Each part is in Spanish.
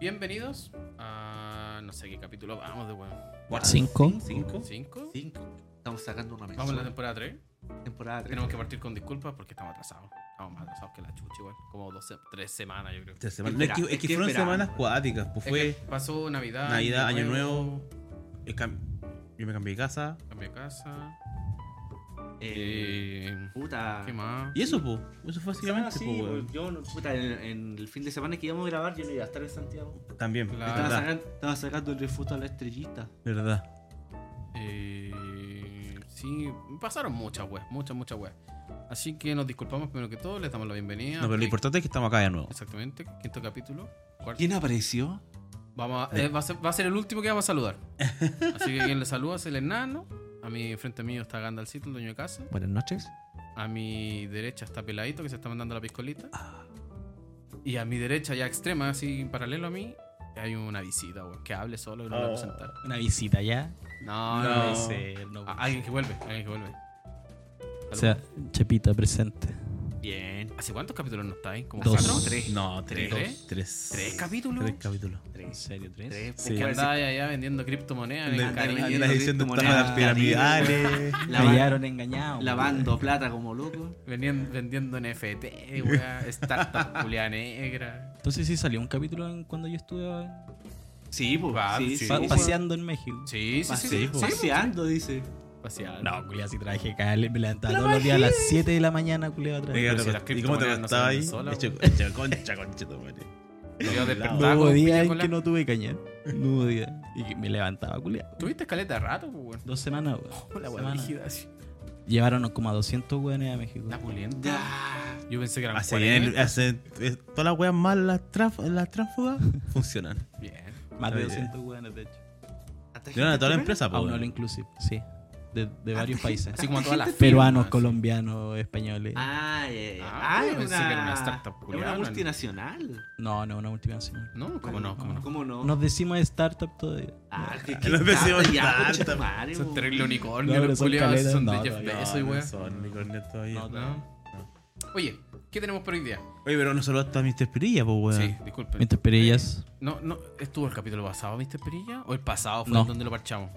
Bienvenidos a no sé qué capítulo vamos de weón. 5. ¿5? Estamos sacando una mensual. Vamos en la temporada 3. Temporada 3. Tenemos que partir con disculpas porque estamos atrasados. Estamos más atrasados que la chucha igual. Como 3 semanas yo creo. Es No, es que fueron semanas cuáticas. Pues Es fue que pasó Navidad, Año Nuevo. Yo me cambié de casa. Cambié de casa. Puta. ¿Qué más? Y eso, pues. Eso fue básicamente. Sí, pues, weón. yo, puta, en el fin de semana que íbamos a grabar, yo no iba a estar en Santiago. También, Claro. Estaba sacando el refuto a la estrellita. verdad. Sí, pasaron muchas weas, muchas weas. Así que nos disculpamos primero que todo, les damos la bienvenida. No, pero lo importante es que estamos acá de nuevo. Exactamente, quinto capítulo. Cuarto. ¿Quién apareció? Va a ser el último que vamos a saludar. Así que quien le saluda es el enano. A mi frente mío está Gandalcito, el dueño de casa. Buenas noches. A mi derecha está Peladito, que se está mandando la piscolita. Y a mi derecha, ya extrema, así paralelo a mí, hay una visita, weón. Que hable solo y no lo voy a presentar. Una visita ya. No. puede ser, no puede Alguien que vuelve. O sea, Chepita presente. Bien. ¿Hace cuántos capítulos no estáis? ¿Como 2. 4? No, tres. ¿Tres? Tres. ¿Tres capítulos? 3 capítulos. ¿En serio? 3? Sí. Que andaba allá vendiendo criptomonedas. Anda- en cariño. anda diciendo criptomonedas, estafas piramidales. Me hallaron engañado. Lavando plata como loco. Vendiendo NFT, weá. Startup culiada negra. Entonces sí salió un capítulo cuando yo estuve Sí, pues. Sí. paseando en México. Sí. Paseando, dice. Pasear. No, culiado, si traje cale, me levantaba todos los días a las 7 de la mañana, culiado, otra vez. Pero si las ¿Y cómo te criptomonedas no costaba ahí? se venden solas, Hecho concha, tu madre. Yo despertaba No hubo con día piña en colada. que no tuve caña. No hubo día. Y que me levantaba, culiado. Tuviste escaleta de rato, pues, weón. 2 semanas, weón. La Dos weá semanas. rígida así. Llevaron como a 200 weones a México. La pulenta. Ya. Yo pensé que eran Hace 40. todas las weas mal, las tránsfugas funcionan. Bien. Más de Está bien. 200 weones, de hecho. Yo a toda la empresa, A pues. un all inclusive, sí. De varios países. Así como a todas las Peruanos, firmas. colombianos, españoles. Yo pensé que era una startup Es culiada. una multinacional. No, una multinacional. No, ¿cómo no? ¿Cómo no? Nos decimos startup todavía. ¿Qué Nos decimos ya, startup. concha madre, Son po. terrible unicornio, No, pero los son culiados caletas, son de no, Jeff todavía Bezos y weón. son unicornios todavía. No. Oye, ¿qué tenemos por hoy día? Oye, pero no solo está Mr. Pirilla, pues, weón. Sí, disculpen. Mientras Perillas, No, ¿estuvo el capítulo pasado, Mr. Perilla? ¿O el pasado fue No. donde lo parchamos?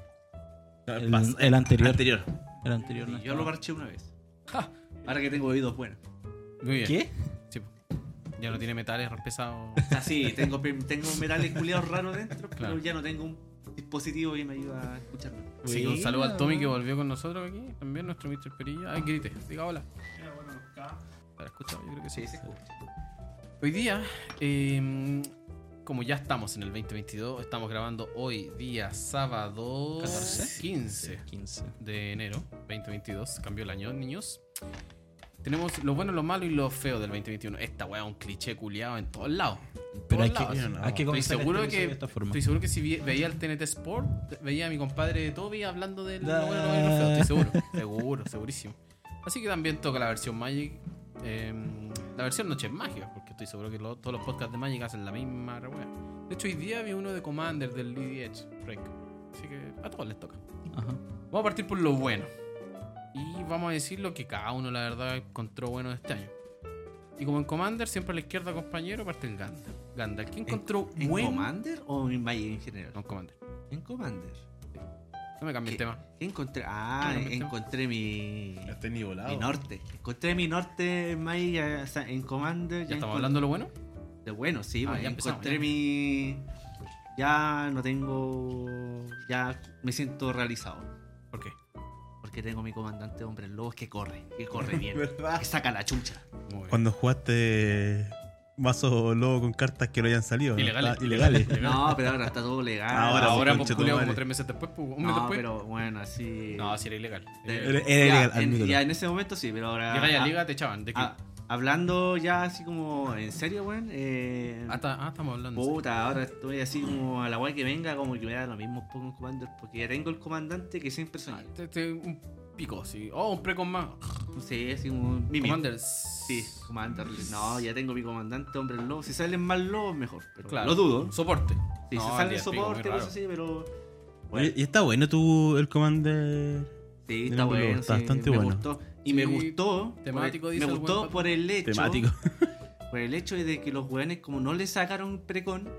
el anterior. Anterior. El anterior no Yo estaba. lo parché una vez. Ja. Ahora que tengo oídos buenos. Muy bien. ¿Qué? Sí, po. Ya no tiene metales pesados. O sea, sí, tengo metales culiados raros dentro, Claro. pero ya no tengo un dispositivo que me ayuda a escucharme. Así que un saludo al Tommy que volvió con nosotros aquí. También nuestro Mr. Perilla. Ay, grite. Diga hola. ¿Para escuchar? Yo creo que sí. Sí, se escucha. Hoy día, como ya estamos en el 2022, estamos grabando hoy día sábado 14. 15 de enero 2022. Cambió el año, niños. Tenemos lo bueno, lo malo y lo feo del 2021. Esta weá es un cliché culiado en todos lados. En Pero hay todos que, lados. no. hay que Estoy comenzar seguro, este que, episodio de esta forma. estoy seguro que si veía el TNT Sport, veía a mi compadre Toby hablando de lo bueno, lo malo y lo feo. Estoy seguro, segurísimo. Así que también toca la versión Magic. La versión Noches Mágicas, porque estoy seguro que todos los podcasts de Magic hacen la misma wea. De hecho, hoy día vi uno de Commander del EDH Break. Así que a todos les toca. Ajá. Vamos a partir por lo bueno. Y vamos a decir lo que cada uno, la verdad, encontró bueno de este año. Y como en Commander, siempre a la izquierda, compañero, parte el Gandalf. Gandalf, ¿qué encontró ¿En bueno? Commander o en Magic en general? No, en Commander. En Commander. No me cambie el ¿Qué? tema. ¿Qué encontré? Claramente. Encontré mi Estoy nivelado. norte. Encontré mi norte en Magic, o sea, en Commander. ¿Ya estamos hablando de lo bueno? De bueno, sí, Ah, pues, ya empezamos, encontré ya. mi... Ya no tengo... Ya me siento realizado. ¿Por qué? Porque tengo mi comandante hombre lobos que corre bien. ¿Verdad? Que saca la chucha. Muy bien. Cuando jugaste mazo lobo con cartas que no hayan salido. ¿no? Ilegales. Ah, ilegales. No, pero ahora está todo legal. Ahora concha pues, tu culiao, madre. como 3 meses después, pues, un mes No, después. pero bueno, así... No, si era ilegal. De- Era ilegal, ya, admítelo. ya en ese momento sí, pero ahora... Llegáis a liga, te echaban. ¿De qué? Hablando ya así como en serio, weón. Estamos hablando. Puta, ahora estoy así como a la guay que venga, como que me da lo mismo Pokémon Commander, porque ya tengo el comandante que siempre soñé. Un pico, sí. Oh, un pre con más. No sé, así como Mimi. Commander. Sí, Commander. No, ya tengo mi comandante, hombre lobo. Si salen más lobos, mejor. Pero Claro. lo dudo. Soporte. Si No, se sale el pico, soporte, muy raro. cosas así, pero. Oye, y está bueno el Commander. Sí, Del está hombre lobo, bueno. está sí, bastante me bueno. gustó. Y Sí, me gustó. temático, dice me el buen gustó Pato. por el hecho. Temático. Por el hecho de que los weones, como no le sacaron precon,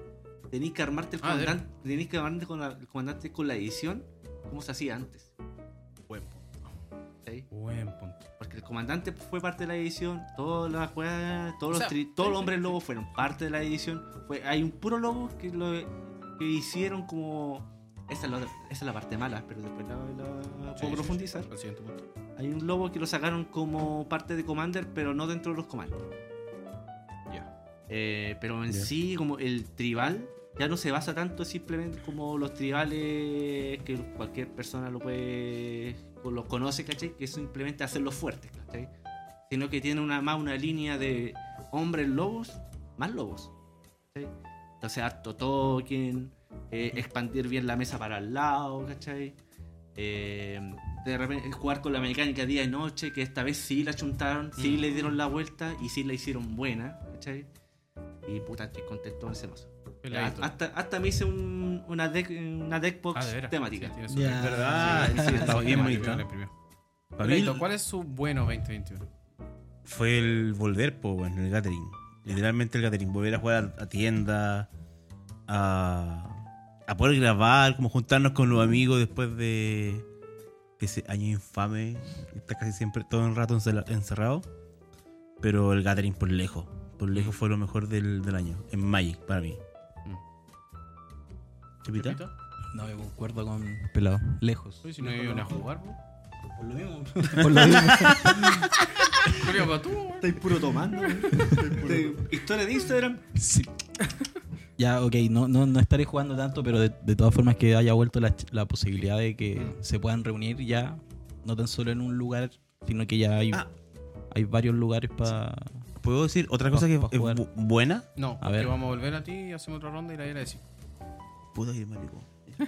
tenéis que armarte el Ah, de comandante, tenéis que armarte con el comandante con la edición, como se hacía antes. Buen punto. ¿Sí? Buen punto. Porque el comandante fue parte de la edición, todas las juegas, todos O sea, todos los hombres lobos fueron parte de la edición. Hay un puro lobo que hicieron como. Esa es la parte mala, pero después la puedo profundizar. Al siguiente punto. Hay un lobo que lo sacaron como parte de Commander, pero no dentro de los comandos. Ya. Pero en Ya. sí, como el tribal, ya no se basa tanto simplemente como los tribales que cualquier persona lo conoce, ¿cachai? Que es simplemente hacerlos fuertes, ¿cachai? Sino que tiene más una línea de hombres lobos, más lobos, ¿cachai? Entonces harto token, expandir bien la mesa para el lado, ¿cachai? De repente jugar con la mecánica día y noche, que esta vez sí la chuntaron, sí le dieron la vuelta y sí la hicieron buena, ¿cachai? Y puta, estoy contento en ese mazo. Peladito. Hasta me hice una deckbox de veras. temática. Sí, tiene su- Ya. ¿Verdad? Sí, sí, Estaba sí, bien sí, bonito. Le imprimió. Para mí Peladito, ¿cuál es su bueno 2021? fue el volver, pues, bueno, el gathering. Literalmente el gathering. Volver a jugar a tienda, a poder grabar, como juntarnos con los amigos después de ese año infame. Está casi siempre todo el rato encerrado. Pero el gathering por lejos fue lo mejor del año. En Magic, para mí. ¿Chipita? ¿Pepito? No, yo concuerdo con Pelado. Lejos. Uy, si no iban a jugar, po. Por lo mismo. Por lo mismo. Julio, pa' tú, güey. Estáis puro tomando. Historia de Instagram. Sí. Ya, ok, no estaré jugando tanto, pero de todas formas que haya vuelto la posibilidad de que se puedan reunir ya, no tan solo en un lugar, sino que ya hay varios lugares para... ¿Puedo decir otra cosa que Pa' es jugar. buena? No, A ver. que vamos a volver a ti y hacemos otra ronda y la era decir. Puta que marico.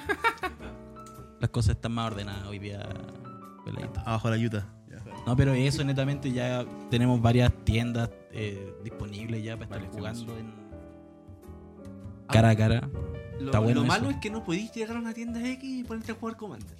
Las cosas están más ordenadas hoy día, Peladito. Abajo la yuta. No, pero eso netamente ya tenemos varias tiendas disponibles ya para estar Vale, jugando en cara a cara. Está bueno Lo malo eso. es que no podéis llegar a una tienda X y ponerte a jugar Commander.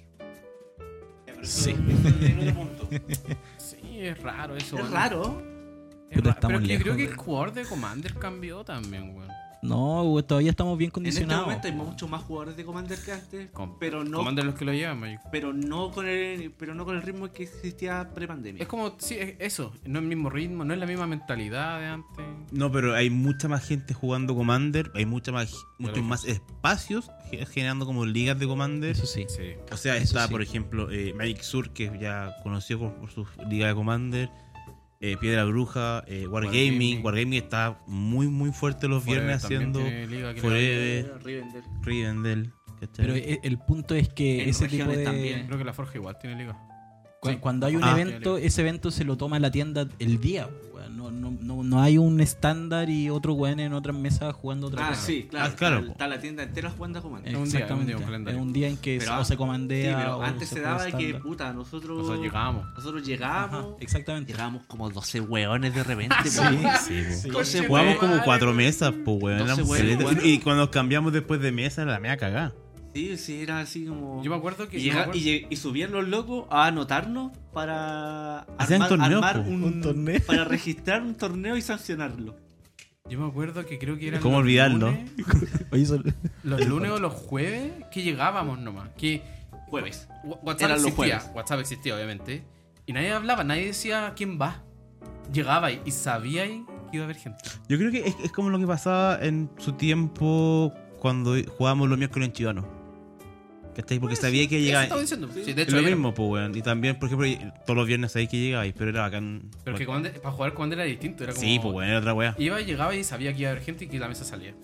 Sí. En otro punto. Sí, es raro eso, Es güey. raro. Es Pero raro. estamos Pero es que lejos creo que de- el jugador de Commander cambió también, güey. No, güey, todavía estamos bien En este condicionados. momento hay muchos más jugadores de Commander que antes, pero no, Commander los que lo llevan, Magic. pero no con el ritmo que existía pre-pandemia. Es como, sí, es eso. No es el mismo ritmo, no es la misma mentalidad de antes. No, pero hay mucha más gente jugando Commander, hay muchos Claro. más espacios generando como ligas de Commander. Eso sí. Sí. O sea, Eso está, sí. por ejemplo, Magic Sur, que ya conoció por su liga de Commander, Piedra Bruja, Wargaming. Wargaming está muy, muy fuerte los viernes Forever también haciendo tiene liga que Forever, Rivendell. Rivendell, ¿cachai? Pero el punto es que En ese tipo regiones de... también. Creo que la Forja igual tiene liga. Sí. Cuando hay un Ah. evento, ese evento se lo toma la tienda el día. Weón. No hay un estándar y otro weón en otras mesas jugando otra Ah, cosa. sí, claro. Ah, claro, Está la tienda entera jugando a Commander. Es un día, Exactamente. es un calendario. Es un día en que Pero o se Sí, comandea pero o antes se juega daba que, estándar. puta, nosotros Nosotros llegábamos. Nosotros Ajá, llegábamos. exactamente. Llegábamos como 12 hueones de repente. Sí. Sí, po. Entonces, Jugamos como madre, 4 weón. mesas, pues, weón. 12 éramos weones, caletas. weón. Y cuando nos cambiamos después de mesa, la mea cagada. Sí, era así como. Yo me acuerdo que. Y, yo me acuerdo- y subían los locos a anotarnos para Hacían torneo, po. Un torneo. para registrar un torneo y sancionarlo. Yo me acuerdo que creo que eran. ¿Cómo los olvidarlo? lunes- Oye, Los lunes o los jueves que llegábamos nomás. Que Jueves. WhatsApp Eran los existía. jueves. WhatsApp existía, obviamente. Y nadie hablaba, nadie decía quién va. Llegaba y sabía que iba a haber gente. Yo creo que es como lo que pasaba en su tiempo cuando jugábamos los miércoles en Chivano. ¿Cachai? Porque sabía que Eso llegaba. estaba diciendo. Sí, de Es hecho, lo ayer- mismo, pues, weón. Y también, por ejemplo, todos los viernes sabéis que llegabais, pero era bacán. Pero que para jugar Commander era distinto. Era como, Sí, pues, weón, era otra weá. Iba, llegaba y sabía que iba a haber gente y que la mesa salía.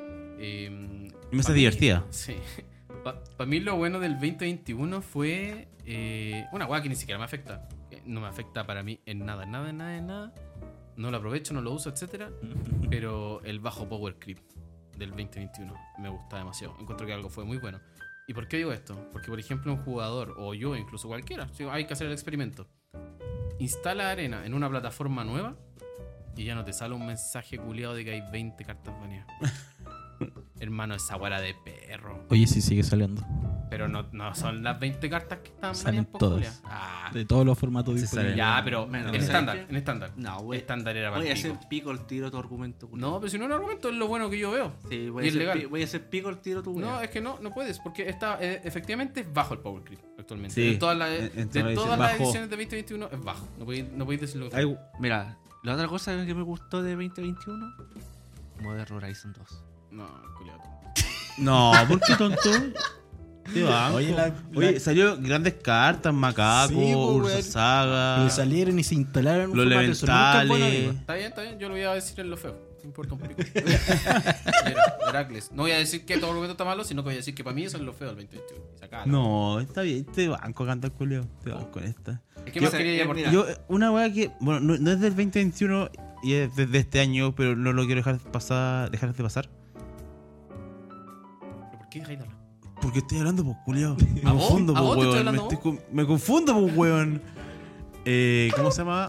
Mesa pa' mí- divertida. Sí. Para mí lo bueno del 2021 fue una weá que ni siquiera me afecta. No me afecta para mí en nada, nada. No lo aprovecho, no lo uso, etcétera. Pero el bajo power creep del 2021 me gusta demasiado. Encuentro que algo fue muy bueno. ¿Y por qué digo esto? Porque, por ejemplo, un jugador, o yo, incluso cualquiera, hay que hacer el experimento. Instala Arena en una plataforma nueva y ya no te sale un mensaje culiado de que hay 20 cartas baneadas. Hermano, esa guara de perro. Oye, sí sigue saliendo. Pero no son las 20 cartas que están Salen mañas, po, todas. Julia. Ah, De todos los formatos Se disponibles. sale. ya, pero Menos, en ¿sabes estándar, qué? en estándar. No, güey. Estándar era para Voy a el pico. hacer pico el tiro tu argumento. culiao. No, pero si no es un argumento, es lo bueno que yo veo. Sí, y voy a, es hacer legal. voy a hacer pico el tiro tu No, weá. es que no puedes, porque está efectivamente es bajo el Power Creep actualmente. Sí, De todas las, en de todas todas las las bajó. ediciones de 2021 es bajo. No podéis decirlo. Ay, Mira, la otra cosa que me gustó de 2021, Modern Horizon 2. No, culiado. no, ¿por qué tonto? Te banco. Oye, salió grandes cartas, Macaco, Sí, po, Ursa weón. Saga, Pero salieron y se instalaron un los formato. Eso nunca es bueno, elementales. amigo. Está bien, yo lo voy a decir en lo feo. No importa un pico. Heracles. No voy a decir que todo lo que está malo, sino que voy a decir que para mí eso es lo feo del 2021. Y sacala. No, está bien, te banco a cantar culiao. Te banco con esta. ¿Qué más Yo- quería aportar? mira. Una weá que, bueno, no es del 2021 y es desde este año, pero no lo quiero dejar de pasar. ¿Por qué dejáis de hablar? Porque estoy hablando, pues, culiao. Me ¿A vos? confundo, ¿A vos pues, te estoy weón. hablando a vos? Me confundo, pues, weón. ¿Cómo se llama?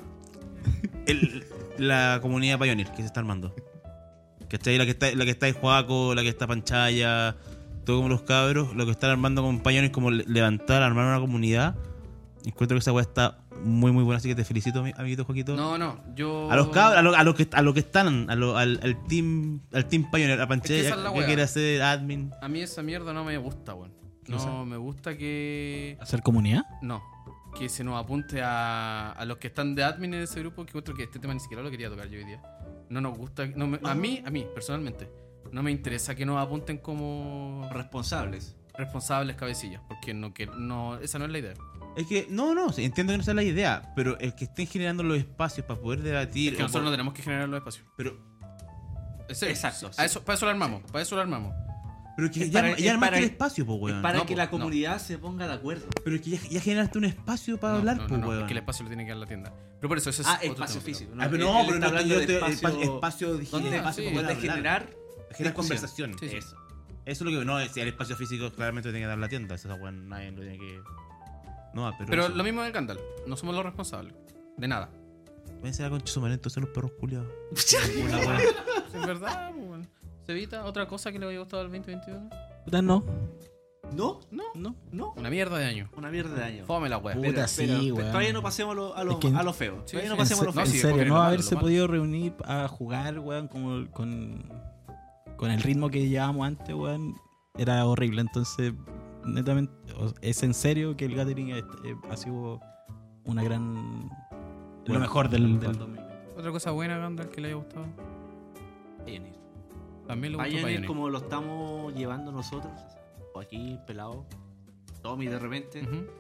La comunidad Pioneer que se está armando. ¿Cachai? La que está en Juaco, la que está Panchaya, todo como los cabros, lo que están armando con Pioneer es como levantar, armar una comunidad. Encuentro que esa weá está muy muy buena, así que te felicito, amiguito Joaquito. No, yo. A los cabros, a los que están, al team Pioneer, a Es que Panchaya, esa es la que weá. quiere hacer admin. A mí esa mierda no me gusta, weón. ¿No sé? No, me gusta que. ¿Hacer comunidad? No. Que se nos apunte a los que están de admin en ese grupo, que encuentro que este tema ni siquiera lo quería tocar yo hoy día. No nos gusta. A mí, personalmente, no me interesa que nos apunten como Responsables. responsables cabecillas, porque esa no es la idea. Es que, no, sí, entiendo que no sea la idea, pero el que estén generando los espacios para poder debatir. Es que nosotros no tenemos que generar los espacios. Pero En serio. Exacto, Para eso lo armamos. que Es ya, para- ya es armaste para- el espacio, pues, weón. Para No, que po, la no. comunidad se ponga de acuerdo. Pero es que ya generaste un espacio para hablar, pues, no, weón. es que el espacio lo tiene que dar la tienda. Pero por eso es Ah, otro espacio tema, físico. Ah, pero él no, está pero no, hablando yo de te- espacio espacio ¿Dónde? digital, espacio Sí, para poder de hablar. generar Generar discusión. conversación. Sí, sí. Eso. Eso es lo que no, si el espacio físico claramente lo tiene que dar la tienda. Eso weón, nadie lo tiene que. No, Pero eso. lo mismo del Gandalf. No somos los responsables. De nada. Váyanse a concha su madre, entonces los perros culiados. Una weá. Es verdad, pues, bueno. ¿Se evita otra cosa que le haya gustado al 2021? Puta, no. ¿No? No. ¿No? Una mierda de año. Una mierda de año. Fome la wea. Puta, sí, weón. todavía no pasemos Es que- a lo feo. Sí, Todavía no sí, pasemos a lo no, feo. En sí, serio, porque no lo malo, haberse lo malo. podido reunir a jugar, weón, como con el ritmo que llevábamos antes, weón, era horrible. Entonces, netamente, es en serio que el gathering ha sido una gran... lo Bueno, mejor del 2020. Otra cosa buena, Gandalf, que le haya gustado. Pioneer. También le gustó Pioneer Pioneer. como lo estamos llevando nosotros. Joaquín, Pelado, Tommy de repente. Ujú, ujú.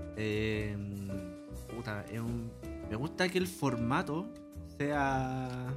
Puta, me gusta que el formato sea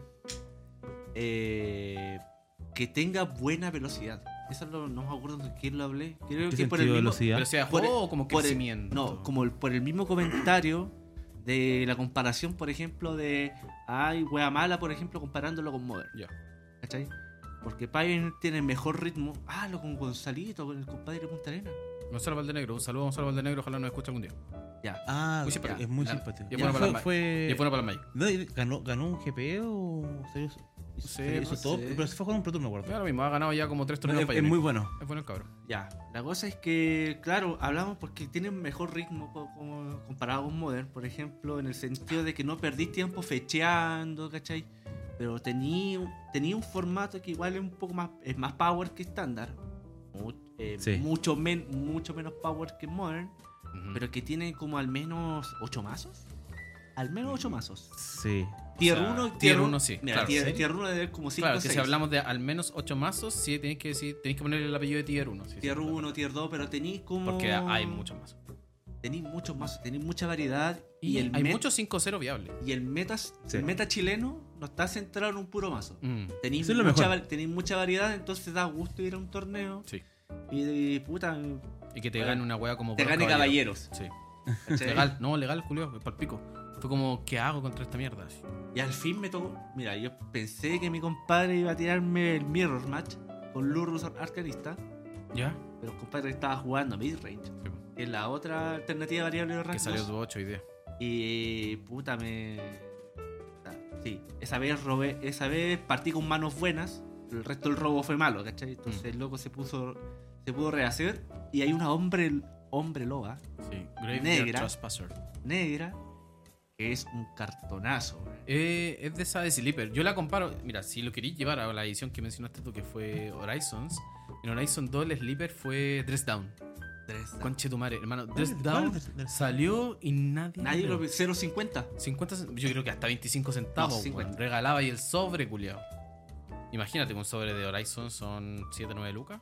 que tenga buena velocidad. Eso no me acuerdo de quién lo hablé. Creo ¿Qué que por el sentido de mismo, velocidad? Pero sea por juego el- o como por el- crecimiento. no, por el mismo comentario de la comparación, por ejemplo, de ay, wea mala, por ejemplo, comparándolo con Modern. Ya. ¿Cachai? Porque Pioneer tiene mejor ritmo. Ah, lo con Gonzalito, con el compadre de Punta Arena. Gonzalo Valdenegro. Un saludo a Gonzalo Valdenegro. Ojalá nos escuche algún día. Ya. Ah, Muy simpático. es muy Ya. simpático. Y es bueno para las fue, Y es bueno para el Magic. No, y ganó un GP o hizo no todo, sé. pero se fue con un Pro Tour, me acuerdo. Ya lo mismo. Ha ganado ya como 3 torneos Es Pioneer. muy bueno. Es bueno el cabrón. Ya, la cosa es que, claro, hablamos porque tiene un mejor ritmo como comparado con Modern, por ejemplo, en el sentido de que no perdís tiempo fecheando, ¿cachai? Pero tenía un formato que igual es más power que estándar, Sí. mucho menos power que Modern, Ujú. pero que tiene como al menos 8 mazos. Al menos 8 mazos. Sí. Tier O sea, 1, tier 1 sí, Mira, claro. tier 1 debe haber como 5 Claro, o que 6. si hablamos de al menos 8 mazos, sí tenéis que ponerle el apellido de Tier 1. Sí, Tier sí, 1, Tier 2, pero tenéis como... Porque hay muchos mazos. Tenéis muchos mazos, tenéis mucha variedad. Y el hay met- muchos 5-0 viables. Y el meta, Sí. el meta chileno no está centrado en un puro mazo. Tenéis Eso es lo mucha, mejor. tenéis mucha variedad, entonces da gusto ir a un torneo. Sí. Y puta, Y que te gane una wea como te por gane caballeros. caballeros. Sí. ¿cachai? Legal, Julio, palpico. Fue como, ¿qué hago contra esta mierda? Así. Y al fin me tocó. Mira, yo pensé que mi compadre iba a tirarme el Mirror Match con Lurrus Arcanista, ¿Ya? pero el compadre estaba jugando Midrange, Sí, que es la otra alternativa variable de que rango. salió tu 8 idea. Y puta sí, esa vez partí con manos buenas, pero el resto del robo fue malo, ¿cachai? Entonces el loco se puso se pudo rehacer y hay una hombre loba Sí, Graveyard Negra. Trespasser. negra que es un cartonazo, weón. Es de esa de Sleeper. Yo la comparo. Mira, si lo queréis llevar a la edición que mencionaste tú, que fue Horizons, en Horizon 2 el Sleeper fue Dress Down. Conche tu madre, hermano. Dress ¿cuál Down es Dress Down? salió y nadie Nadie lo lo ve, 0.50. 50, yo creo que hasta 25 centavos. No, 50. weón. Regalaba y el sobre, culiao. Imagínate que un sobre de Horizon son 7-9 lucas.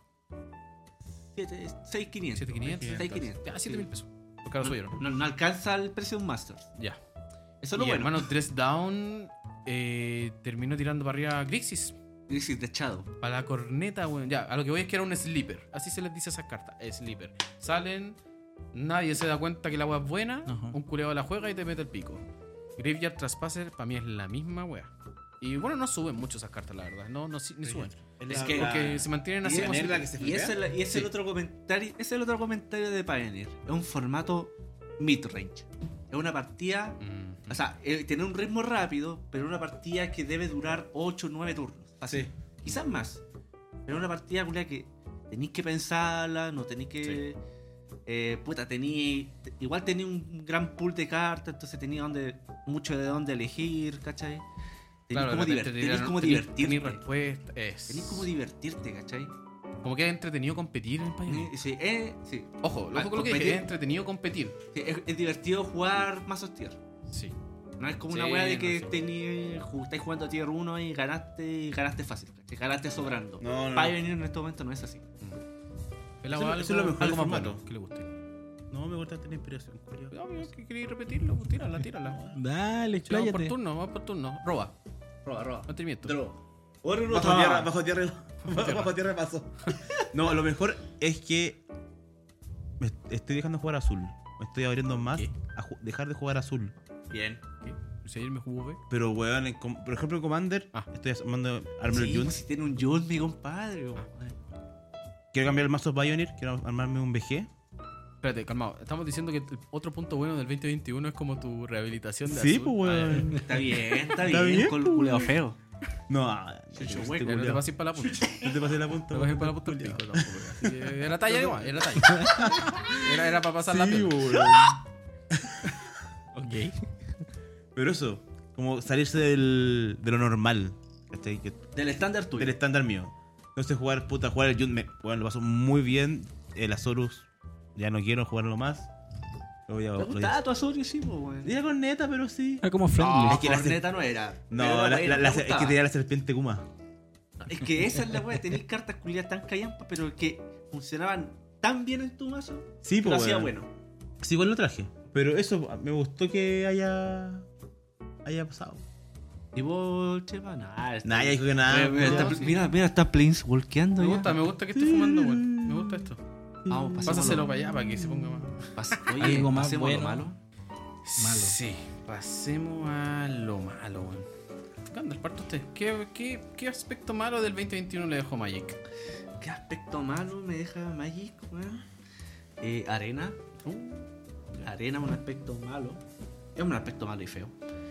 6.500. 7.500. 6.500. Ya, 7.000 pesos. Los caros subieron. No alcanza el precio de un Master. Ya. Eso es lo Y bueno. hermano, Dress Down terminó tirando para arriba a Grixis. Crisis de Shadow. Para la corneta, weón. Ya, a lo que voy es que era un sleeper. Así se les dice a esas cartas. Sleeper. Salen, nadie se da cuenta que la weá es buena. Ajá. Un culeado la juega y te mete el pico. Graveyard Trespasser, para mí es la misma weá. Y bueno, no suben mucho esas cartas, la verdad. No, ni suben. Es que- Porque se mantienen así. Y como es si- la que se Y ese flipea. es el otro comentario. Ese es el otro comentario de Pioneer. Es un formato mid-range. Es una partida. Mm. O sea, tiene un ritmo rápido, pero una partida que debe durar 8 o 9 turnos. Así. Sí. Quizás más. Pero una partida culia que tenéis que pensarla, no tenéis que. Igual tenía un gran pool de cartas, entonces tenía mucho de dónde elegir, ¿cachai? Tenéis Claro, como, de repente tenéis como tenés divertirte. respuesta. Tenéis como divertirte, ¿cachai? Como que es entretenido competir en Pioneer. Sí, sí. Ojo, ojo con lo que competir. dije, es entretenido competir. Sí, es divertido jugar mazos tier. Sí. No es como Sí, una wea de que no sé. estáis jugando tier 1 y ganaste fácil, ¿cachai? Ganaste sobrando. No, no. Pioneer en este momento no es así. El Eso- agua eso es lo mejor algo del más formato. bueno que le guste. No, me gusta tener inspiración, curioso. No, pero que queréis repetirlo, pues tírala, tírala. Dale, Sí, vamos por expláyate. turno, vamos por turno. Roba, Roba. mantenimiento. Bajo tierra paso. No, lo mejor es que me estoy dejando jugar azul. Me estoy abriendo más ¿Qué? a dejar de jugar azul. Bien. ¿Qué? Si ayer me jugó B. Pero, weón, por ejemplo, en Commander, Ah. estoy armando Armor Sí, June. pues, si tiene un June, mi compadre. weón. Quiero cambiar el mazo Pioneer, quiero armarme un BG. Espérate, calmado. Estamos diciendo que el otro punto bueno del 2021 es como tu rehabilitación de Sí, azul. pues, weón. Está bien, está Está bien. bien, Con el pues, culeo weón. feo. No, Chucho, este hueco, Ya no te culiao. pases para la punta. No te pasé la punta. No te pases para la punta del pico tampoco. Así que era talla igual, era talla. Era para pasar la Sí, pena. weón. Ok. Pero eso, como salirse de lo normal. ¿Cachai? Del estándar tuyo. Del estándar mío. Entonces jugar el Jun bueno, lo paso muy bien. El Azorus ya no quiero jugarlo más. ¿Te gustaba tu Azorio? Sí, pues, weón. Ya con neta, pero sí. Ah, como friendly. No, Es que la corneta no era. No, Pero era buena, me es que gustaba. tenía la serpiente Kuma. Es que esa es la weá, tenéis cartas culiadas tan callampas, pero que funcionaban tan bien en tu mazo, Sí, que lo pues hacía bueno. Sí, igual lo traje. Pero eso me gustó que haya pasado. Y vos, Chepa, nada. Nah, ya dijo que nada. Mira, está Plains walkeando Me ya. gusta que esté fumando, weón. Me gusta esto. Vamos, Pásaselo para allá para que se ponga más. Oye, Algo más pasemos a lo bueno. malo. Malo. Sí, pasemos a lo malo, weón. ¿Qué onda? ¿Parto usted? ¿Qué aspecto malo del 2021 le dejó Magic? ¿Qué aspecto malo me deja Magic, weón? Arena. Arena es un aspecto malo. Es un aspecto malo y feo.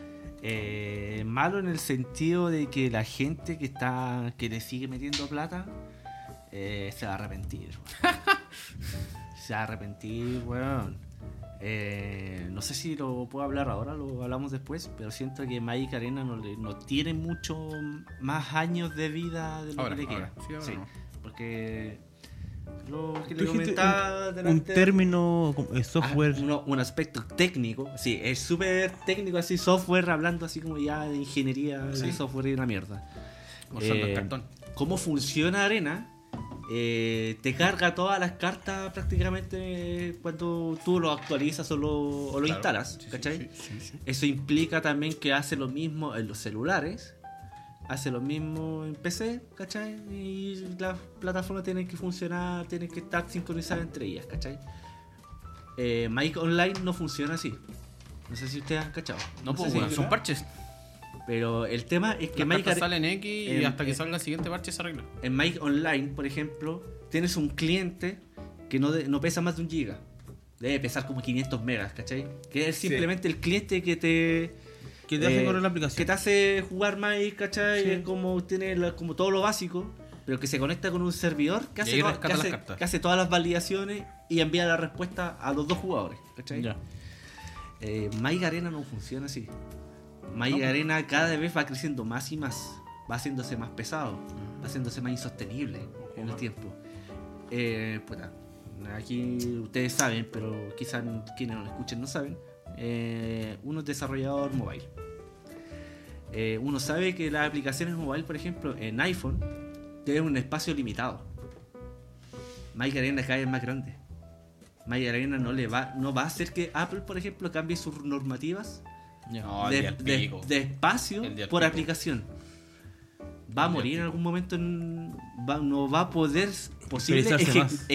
Malo en el sentido de que la gente que le sigue metiendo plata se va a arrepentir. weón. Se va a arrepentir, weón. No sé si lo puedo hablar ahora, lo hablamos después, pero siento que Magic Arena no tiene mucho más años de vida de lo Ahora, que le queda. ahora. Sí, ahora no. Porque lo que Tú le dijiste comentaba un delante- término como software. un aspecto técnico, sí, es súper técnico así, software, hablando así como ya de ingeniería de software y una mierda. Mostrando el cartón. ¿Cómo funciona Arena? Te carga todas las cartas prácticamente cuando tú lo actualizas o lo Claro. instalas, Sí, sí, ¿cachai? sí. Eso implica también que hace lo mismo en los celulares, hace lo mismo en PC, ¿cachai? Y las plataformas tienen que funcionar, tienen que estar sincronizadas entre ellas, ¿cachai? Magic Online no funciona así. No sé si ustedes han cachado. No, sé pues, si- weón, son parches. Pero el tema es que Las Magic cartas salen X y en- hasta que salga el siguiente parche se arregla. en Magic Online, por ejemplo, tienes un cliente que no pesa más de 1 giga. Debe pesar como 500 megas, ¿cachai? Que es simplemente el cliente que te... Que te hace correr la aplicación. Que te hace jugar Magic, ¿cachai? Sí. Es como tiene como todo lo básico. pero que se conecta con un servidor que Y ahí hace, rescata las cartas. que hace todas las validaciones y envía la respuesta a los dos jugadores. ¿Cachai? Ya. Magic Arena no funciona así. Magic Arena cada vez va creciendo más y más. Va haciéndose más pesado. Va haciéndose más insostenible en el tiempo. Puta, aquí ustedes saben, pero quizás quienes no lo escuchen no saben. Uno es desarrollador mobile. Uno sabe que las aplicaciones mobile, por ejemplo, en iPhone, tienen un espacio limitado. Magic Arena cada vez más grande. Magic Arena no va a hacer que Apple, por ejemplo, cambie sus normativas No, el día al pico. de espacio El día al por pico. aplicación. Va a El día morir al en algún momento. No va a poder posible Especializarse más.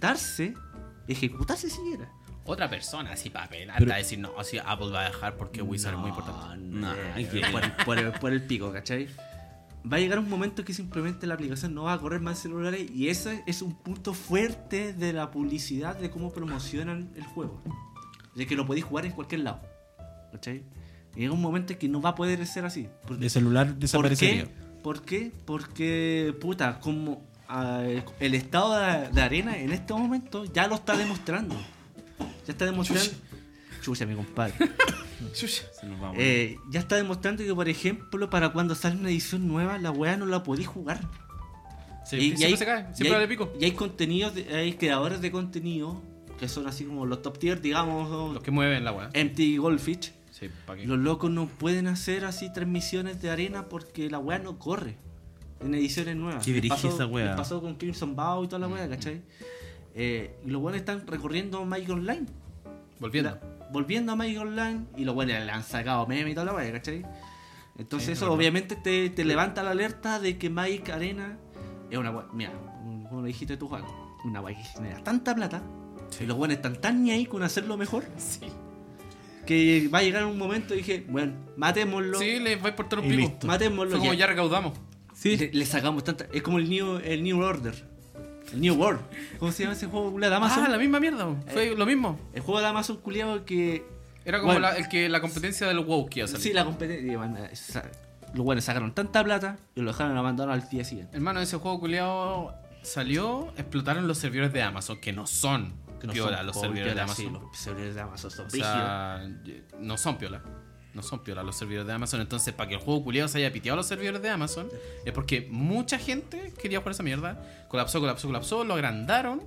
ejecutarse siquiera. Otra persona así para pelar, Pero- a decir, no, así Apple va a dejar porque Wizard es muy importante. No, que- por el pico, ¿cachai? Va a llegar un momento que simplemente la aplicación no va a correr más en celulares y ese es un punto fuerte de la publicidad de cómo promocionan el juego. De que lo podéis jugar en cualquier lado, ¿cachai? Y llega un momento en que no va a poder ser así. De celular desaparecería. ¿Por qué? Porque, puta, como el estado de arena en este momento ya lo está demostrando. Ya está demostrando. Chucha, mi compadre. Se nos va a Ya está demostrando que, por ejemplo, para cuando sale una edición nueva, la weá no la podéis jugar. Sí, Y siempre se cae, siempre vale pico. Y hay contenidos, hay creadores de contenido que son así como los top tier, digamos, Los que mueven la weá. Empty Goldfish. Sí, ¿para qué? Los locos no pueden hacer así transmisiones de arena porque la weá no corre en ediciones nuevas. Qué brígida pasó, esa weá. les pasó con Crimson Bow y toda la weá, ¿cachai? Y los weones están recorriendo Magic Online. Volviendo. Volviendo a Magic Online y los weones le han sacado meme y toda la weá, ¿cachai? Entonces Sí, eso es verdad. obviamente te levanta la alerta de que Magic Arena es una weá. Mira, como lo dijiste tú, Juan, una weá que genera tanta plata. Sí. Y los weones están tan ni ahí con hacerlo mejor Sí. que va a llegar un momento y dije, bueno, matémoslo. Sí, les va a importar un Y pico. listo. Matémoslo. Fue como ya recaudamos. Le sacamos tanta. Es como el New Order. El New World. ¿Cómo se llama ese juego culiado de Amazon? Ah, la misma mierda, fue lo mismo. El juego de Amazon culiado que. Era como Bueno. la competencia del WoW que iba a salir. Sí, la competencia. Los buenos sacaron tanta plata y lo dejaron abandonado al día siguiente. Hermano, ese juego culiado salió, explotaron los servidores de Amazon, que no son Que no piola son los por servidores de piola, Amazon. sí, los servidores de Amazon son O rígidos. sea, no son piola. No son piola los servidores de Amazon. Entonces, para que el juego culiado se haya piteado los servidores de Amazon, es porque mucha gente quería jugar esa mierda. Colapsó, lo agrandaron.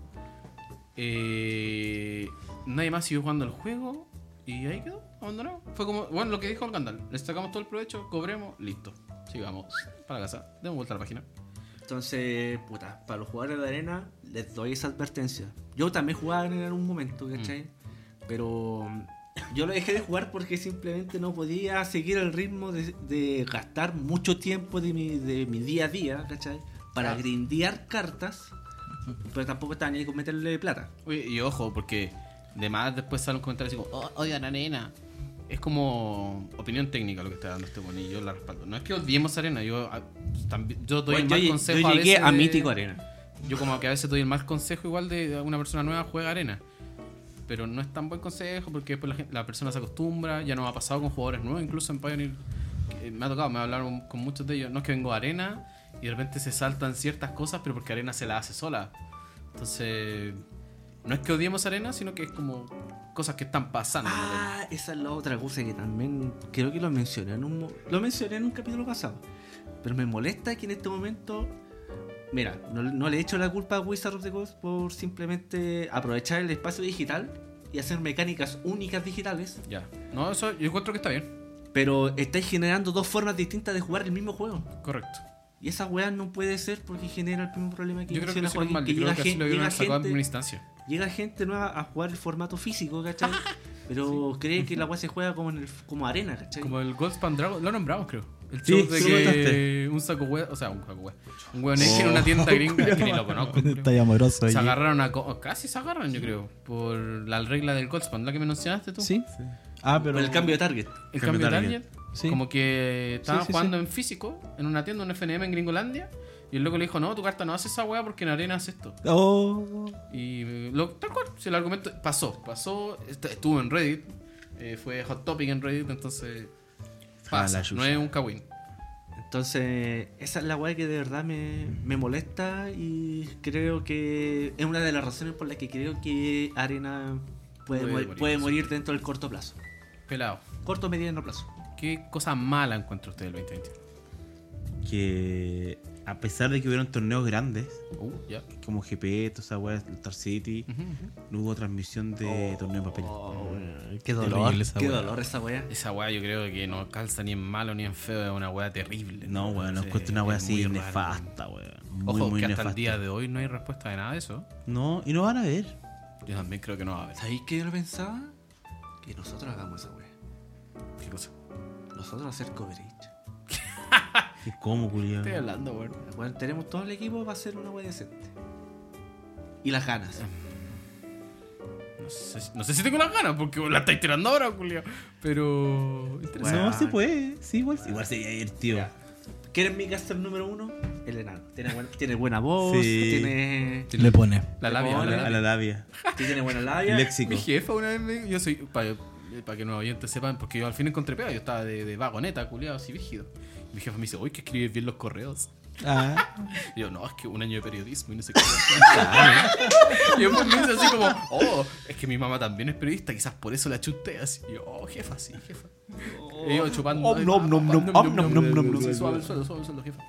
Nadie más siguió jugando el juego. Y ahí quedó, abandonado. Fue como, bueno, lo que dijo el Gandalf. Le sacamos todo el provecho, cobremos, listo. Sigamos para casa. Demos vuelta a la página. Entonces, puta, para los jugadores de arena les doy esa advertencia. Yo también jugaba en arena en un momento, ¿cachai? Pero yo lo dejé de jugar porque simplemente no podía seguir el ritmo de gastar mucho tiempo de mi día a día, ¿cachai? Para grindear cartas, pero tampoco estaba ni ahí con meterle plata. Oye, y ojo, porque de más después sale un comentario así como, oh, odian Arena. Es como opinión técnica lo que está dando este bueno y yo la respaldo. No es que odiemos Arena, yo doy Bueno, el mal yo consejo llegué veces a de- Mítico Arena. Yo como que a veces doy el mal consejo igual de una persona nueva juega Arena. Pero no es tan buen consejo porque después la persona se acostumbra. Ya nos ha pasado con jugadores nuevos, incluso en Pioneer. Que me ha tocado, me hablaron con muchos de ellos. No es que vengo a Arena y de repente se saltan ciertas cosas, pero porque Arena se la hace sola. Entonces, no es que odiemos Arena, sino que es como cosas que están pasando. en Arena. Ah, esa es la otra cosa que también creo que lo mencioné en un capítulo pasado. Pero me molesta que en este momento, mira, no le echo la culpa a Wizard of the Coast por simplemente aprovechar el espacio digital y hacer mecánicas únicas digitales, Ya. No, eso yo encuentro que está bien. pero estáis generando dos formas distintas de jugar el mismo juego. Correcto. Y esa weá no puede ser porque genera el mismo problema que Yo creo que lo menciona hicieron Joaquín, mal. que Yo creo que así lo debieron haber sacado en gente, primera instancia. llega gente nueva a jugar el formato físico, ¿cachai? Pero cree que la weá se juega como arena, ¿cachai? Como el Goldspan Dragon, lo nombramos creo. El Sí, show de sí, que lo contaste. un saco wea, o sea, un saco wea. Un weón en una tienda gringa que ni lo conozco. creo. Está amoroso ahí. Se agarraron casi se agarran, yo creo, por la regla del Goldspan, la que me mencionaste tú. ¿Sí? Ah, pero. Por el cambio de target. El Cambio cambio de target. target. Sí. Como que estaban Sí, sí, jugando en físico, en una tienda, un FNM en Gringolandia. Y el loco le dijo, no, tu carta no hace esa weá porque en arena hace esto. Oh. Y tal cual, si el argumento pasó, estuvo en Reddit, fue hot topic en Reddit, entonces Ah, la pasa, chucha. no es un kawin. Entonces, esa es la weá que de verdad me molesta y creo que es una de las razones por las que creo que Arena puede morir dentro del corto plazo. Pelado. Corto mediano plazo. ¿Qué cosa mala encuentra usted del 2021? Que a pesar de que hubieron torneos grandes, Ya. como GP, toda esa weá, Star City, no hubo transmisión de torneo en papel. Qué dolor, Horrible esa qué weá. dolor esa weá. Esa weá yo creo que no calza ni en malo ni en feo, es una weá terrible. No, weón, no Sí, encuentro una weá es así muy raro. nefasta, weón. Ojo, Muy que hasta nefasta. el día de hoy no hay respuesta de nada de eso. No, y no van a ver. Yo también creo que no va a haber. ¿Sabéis qué yo lo pensaba? Que nosotros hagamos esa weá. ¿Qué cosa? Nosotros hacer coverage. ¿Cómo, culiado? Estoy hablando, weón. Bueno, tenemos todo el equipo para hacer una weá decente. Y las ganas. No sé si tengo las ganas, porque la estáis tirando ahora, Julio. Pero. Interesante. No, se puede. Sí, igual sería divertido. Ya. ¿Quieren mi caster número 1? El enano. Tiene buena voz, Sí. Le pone. La labia, Hola. la A labia. la labia. tiene buena El labia. léxico. Mi jefa una vez me. Yo soy. Para que los oyentes sepan, porque yo al fin encontré pega. Yo estaba de vagoneta, culiado, así vígido. Y mi jefa me dice, uy, que escribes bien los correos. Ah, Y yo, no, es que un año de periodismo y no sé qué. Y después me dice así como, oh, es que mi mamá también es periodista, quizás por eso la chuté así. Y yo, oh, jefa, sí, jefa. Y yo chupando. Sí, suave el sueldo, jefa.